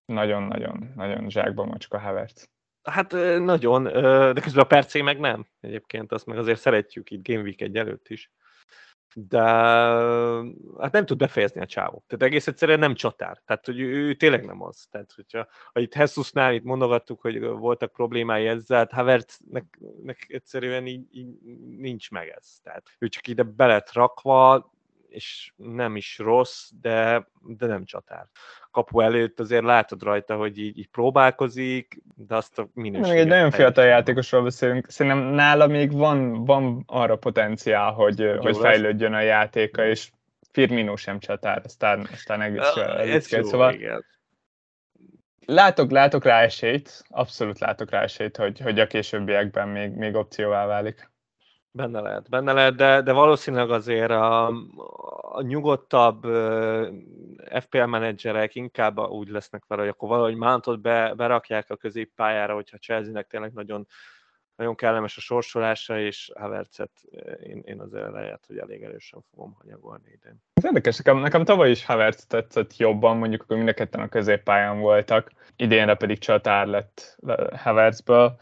nagyon zsákba macska Havertz. Hát nagyon, de közben a percé meg nem. Egyébként azt meg azért szeretjük itt Game Week 1 előtt is. De hát nem tud befejezni a csávó. Tehát egész egyszerűen nem csatár. Tehát, hogy ő tényleg nem az. Tehát, hogyha itt Jesusnál itt mondogattuk, hogy voltak problémái ezzel, hát Havertznek egyszerűen így nincs meg ez. Tehát ő csak ide be lett rakva, és nem is rossz, de nem csatár. Kapu előtt azért látod rajta, hogy így próbálkozik, de azt a minőséget... Egy nagyon fiatal játékosról beszélünk. Szerintem nála még van arra potenciál, hogy fejlődjön a játéka, és Firmino sem csatár, aztán egész jól. Szóval igen. Látok rá esélyt, abszolút látok rá esélyt, hogy a későbbiekben még opcióvá válik. Benne lehet, de valószínűleg azért a nyugodtabb FPL menedzserek inkább úgy lesznek vele, hogy akkor valahogy Mountot berakják a középpályára, hogyha Chelsea-nek tényleg nagyon, nagyon kellemes a sorsolása, és Havertzet én azért lehet, hogy elég erősen fogom hanyagolni idén. Ez érdekes, nekem tavaly is Havertz tetszett jobban, mondjuk akkor mind a ketten a középpályán voltak, idénre pedig csatár lett Havertzből.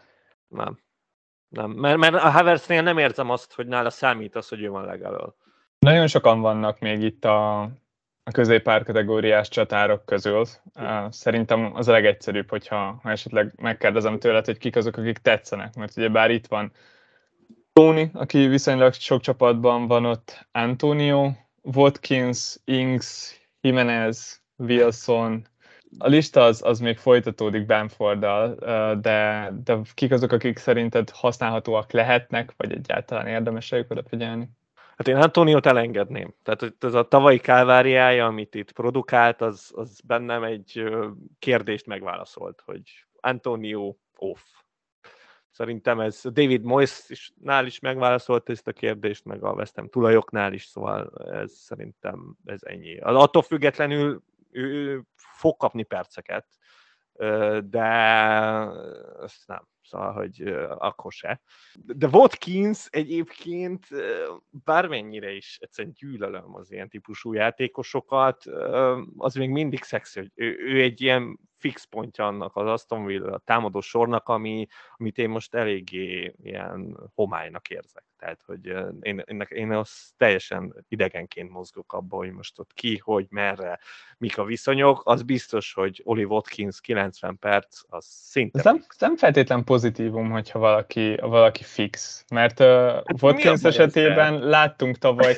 Nem, mert a Havertznél nem érzem azt, hogy nála számít az, hogy ő van legelől. Nagyon sokan vannak még itt a középpár kategóriás csatárok közül. Szerintem az a legegyszerűbb, hogyha esetleg megkérdezem tőled, hogy kik azok, akik tetszenek, mert ugye bár itt van Tony, aki viszonylag sok csapatban van ott, Antonio, Watkins, Ings, Jimenez, Wilson. A lista az még folytatódik Bamforddal, de kik azok, akik szerinted használhatóak lehetnek, vagy egyáltalán érdemes rájuk odafigyelni? Hát én Antoniót elengedném. Tehát ez a tavalyi kálváriája, amit itt produkált, az bennem egy kérdést megválaszolt, hogy Antonio off. Szerintem ez David Moyes-nál is megválaszolt ezt a kérdést, meg a West Ham tulajoknál is, szóval ez szerintem ez ennyi. Attól függetlenül ő fog kapni perceket, de ezt nem. Szóval, hogy akkor se. De Watkins egyébként bármennyire is egyszerűen gyűlölöm az ilyen típusú játékosokat, az még mindig szexi, hogy ő egy ilyen fix pontja annak az Aston Villa a támadó sornak, amit én most eléggé ilyen homálynak érzek. Tehát, hogy én azt teljesen idegenként mozgok abba, hogy most ott ki, hogy, merre, mik a viszonyok. Az biztos, hogy Oli Watkins 90 perc, az szinte... Ez nem feltétlen pozitívum, hogyha valaki fix, mert Watkins esetében láttunk tavaly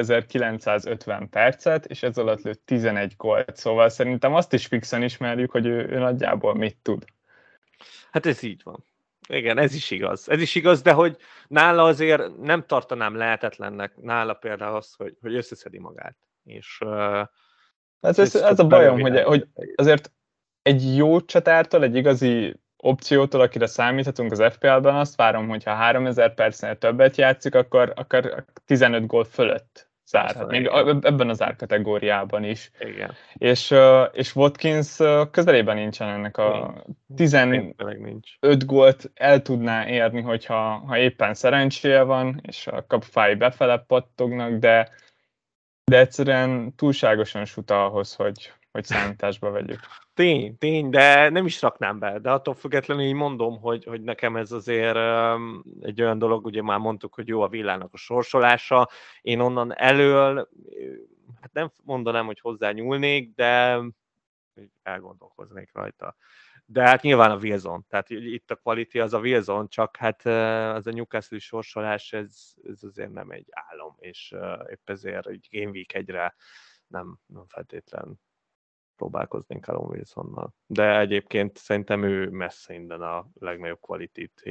2950 percet, és ez alatt lőtt 11 gólt, szóval szerintem azt is fixen ismerjük, hogy ő nagyjából mit tud. Hát ez így van. Igen, ez is igaz. Ez is igaz, de hogy nála azért nem tartanám lehetetlennek nála például azt, hogy összeszedi magát. És ez a bajom, hogy azért egy jó csatártól, egy igazi opciótól, akire számíthatunk az FPL-ben, azt várom, hogy ha 3000 percnél többet játszik, akkor 15 gól fölött zárhat. Még ebben az árkategóriában is. Igen. És Watkins közelében nincsen ennek a 15 gólt el tudná érni, ha éppen szerencséje van, és a kapufái befele pattognak, de egyszerűen túlságosan suta ahhoz, hogy számításba vegyük. Tény, de nem is raknám be, de attól függetlenül így mondom, hogy nekem ez azért egy olyan dolog, ugye már mondtuk, hogy jó a villának a sorsolása, én onnan elől, hát nem mondanám, hogy hozzá nyúlnék, de elgondolkoznék rajta. De hát nyilván a Wilson, tehát itt a quality az a Wilson, csak hát az a Newcastle sorsolás, ez azért nem egy álom, és épp ezért egy Game Week 1-re nem feltétlen próbálkoznénk Callum Wilsonnal. De egyébként szerintem ő messze innen a legnagyobb quality-t.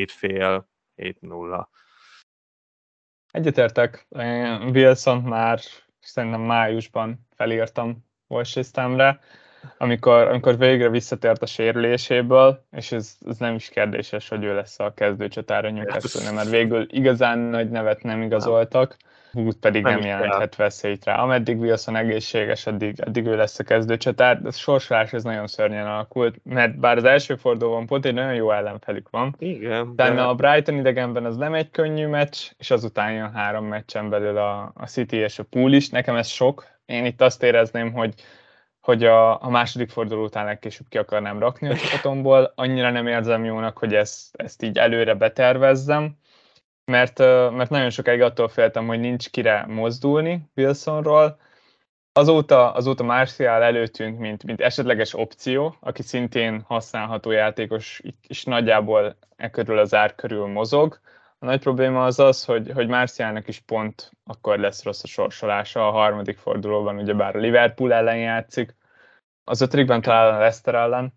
7,5, 7-0. Wilson már szerintem májusban felírtam watchlistemre, amikor végre visszatért a sérüléséből, és ez nem is kérdéses, hogy ő lesz a kezdőcsatár a Newcastle, mert végül igazán nagy nevet nem igazoltak. Wood pedig nem jelenthet veszélyt rá. Ameddig Wilson egészséges, addig ő lesz a kezdőcsatár. A sorsolás ez nagyon szörnyen alakult, mert bár az első fordulóban pont egy nagyon jó ellenfelük van. Igen. De a Brighton idegenben az nem egy könnyű meccs, és azután jön 3 meccsen belül a City és a Pool is. Nekem ez sok. Én itt azt érezném, hogy a második forduló után legkésőbb ki akarnám rakni a csapatomból. Annyira nem érzem jónak, hogy ezt így előre betervezzem. Mert nagyon sokáig attól féltem, hogy nincs kire mozdulni Wilsonról. Azóta Martial előtűnt, mint esetleges opció, aki szintén használható játékos, és nagyjából körül az ár körül mozog. A nagy probléma az, hogy Martialnak is pont akkor lesz rossz a sorsolása a harmadik fordulóban, ugyebár a Liverpool ellen játszik, az 5-ben talán a Leicester ellen.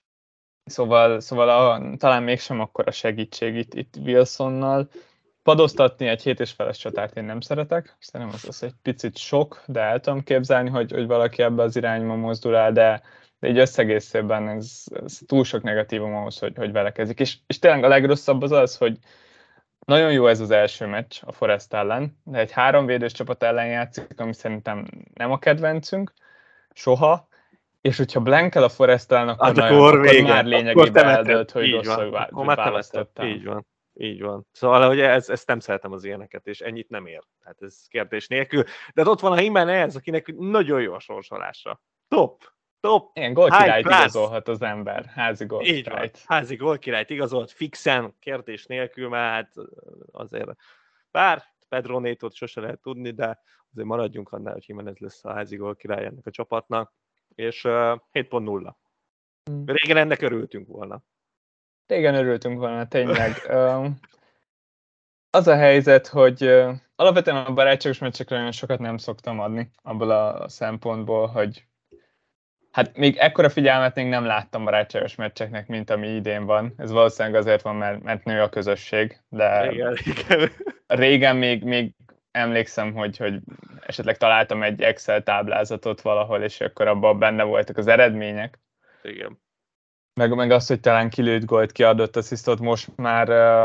Szóval talán mégsem akkora segítség itt Wilsonnal. Padoztatni egy 7,5-es csatárt én nem szeretek, szerintem az egy picit sok, de el tudom képzelni, hogy valaki ebbe az irányba mozdul el, de így összegészében ez túl sok negatívum ahhoz, hogy velekezik. És tényleg a legrosszabb az, hogy nagyon jó ez az első meccs a Forest ellen, de egy 3 védős csapat ellen játszik, ami szerintem nem a kedvencünk, soha, és hogyha blankel a Forest ellen, akkor már lényegében eldőlt, hogy rosszul választottam. Így van. Szóval, hogy ezt nem szeretem az ilyeneket, és ennyit nem ér. Tehát ez kérdés nélkül. De ott van a Jimenez, akinek nagyon jó a sorsolása. Top. Igen, gólkirályt igazolhat az ember. Házi gólkirályt. Házi gólkirályt igazolt fixen, kérdés nélkül, mert hát azért bár Pedro Netót sose lehet tudni, de azért maradjunk annál, hogy Jimenez lesz a házi gólkirály ennek a csapatnak. És 7.0. Régen ennek örültünk volna. Régen örültünk volna, tényleg. Az a helyzet, hogy alapvetően a barátságos meccsekre nagyon sokat nem szoktam adni, abból a szempontból, hogy hát még ekkora figyelmet még nem láttam barátságos meccseknek, mint ami idén van. Ez valószínűleg azért van, mert nő a közösség, de igen. Régen még emlékszem, hogy esetleg találtam egy Excel táblázatot valahol, és akkor abban benne voltak az eredmények. Igen. Meg az, hogy talán kilőtt gólt, kiadott asszisztot, most már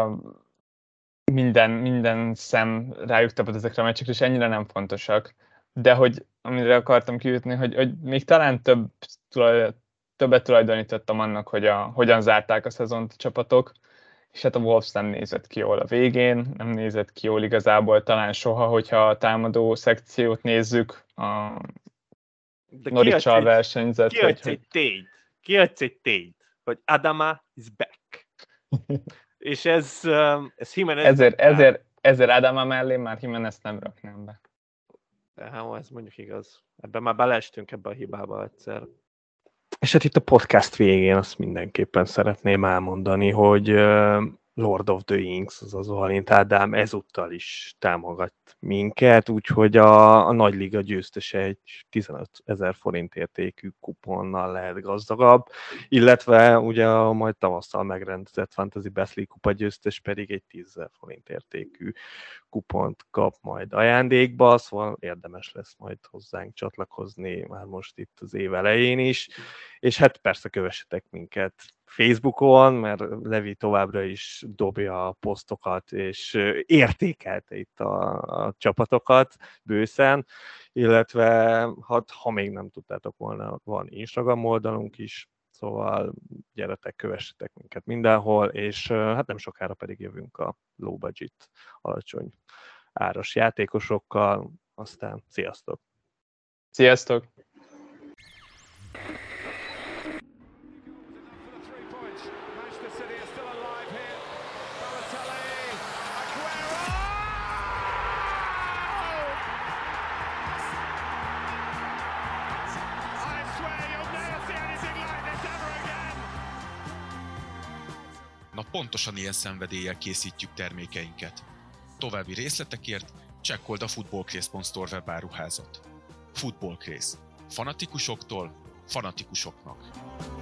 minden szem rájuk tapad ezekre a meccsekre, és ennyire nem fontosak. De hogy amire akartam kijutni, hogy még talán többet tulajdonítottam annak, hogy hogyan zárták a szezont a csapatok, és hát a Wolves nem nézett ki jól a végén, nem nézett ki jól igazából talán soha, hogyha a támadó szekciót nézzük, a Norwich-sal versenyzett. Kiadsz egy tényt, hogy Adama is back. És ez Jimenez... Ezért Adama mellé már Jimenez nem raknám be. Hát, ez mondjuk igaz. Ebben már beleestünk ebbe a hibába egyszer. És hát itt a podcast végén azt mindenképpen szeretném elmondani, hogy Lord of the Rings, azaz Valint Ádám ezúttal is támogat minket, úgyhogy a Nagy Liga győztese egy 15 000 forint értékű kuponnal lehet gazdagabb, illetve ugye a majd tavasszal megrendezett Fantasy Best League kupa győztes pedig egy 10 000 forint értékű kupont kap majd ajándékba, szóval érdemes lesz majd hozzánk csatlakozni már most itt az év elején is, és hát persze kövessetek minket Facebookon, mert Levi továbbra is dobja a posztokat, és értékelte itt a csapatokat bőszen, illetve ha még nem tudtátok volna, van Instagram oldalunk is, szóval gyertek, kövessetek minket mindenhol, és hát nem sokára pedig jövünk a low budget, alacsony áras játékosokkal, aztán sziasztok! Sziasztok! Na pontosan ilyen szenvedéllyel készítjük termékeinket. További részletekért csekkold a footballcraze.store webáruházat. Footballcraze. Fanatikusoktól fanatikusoknak.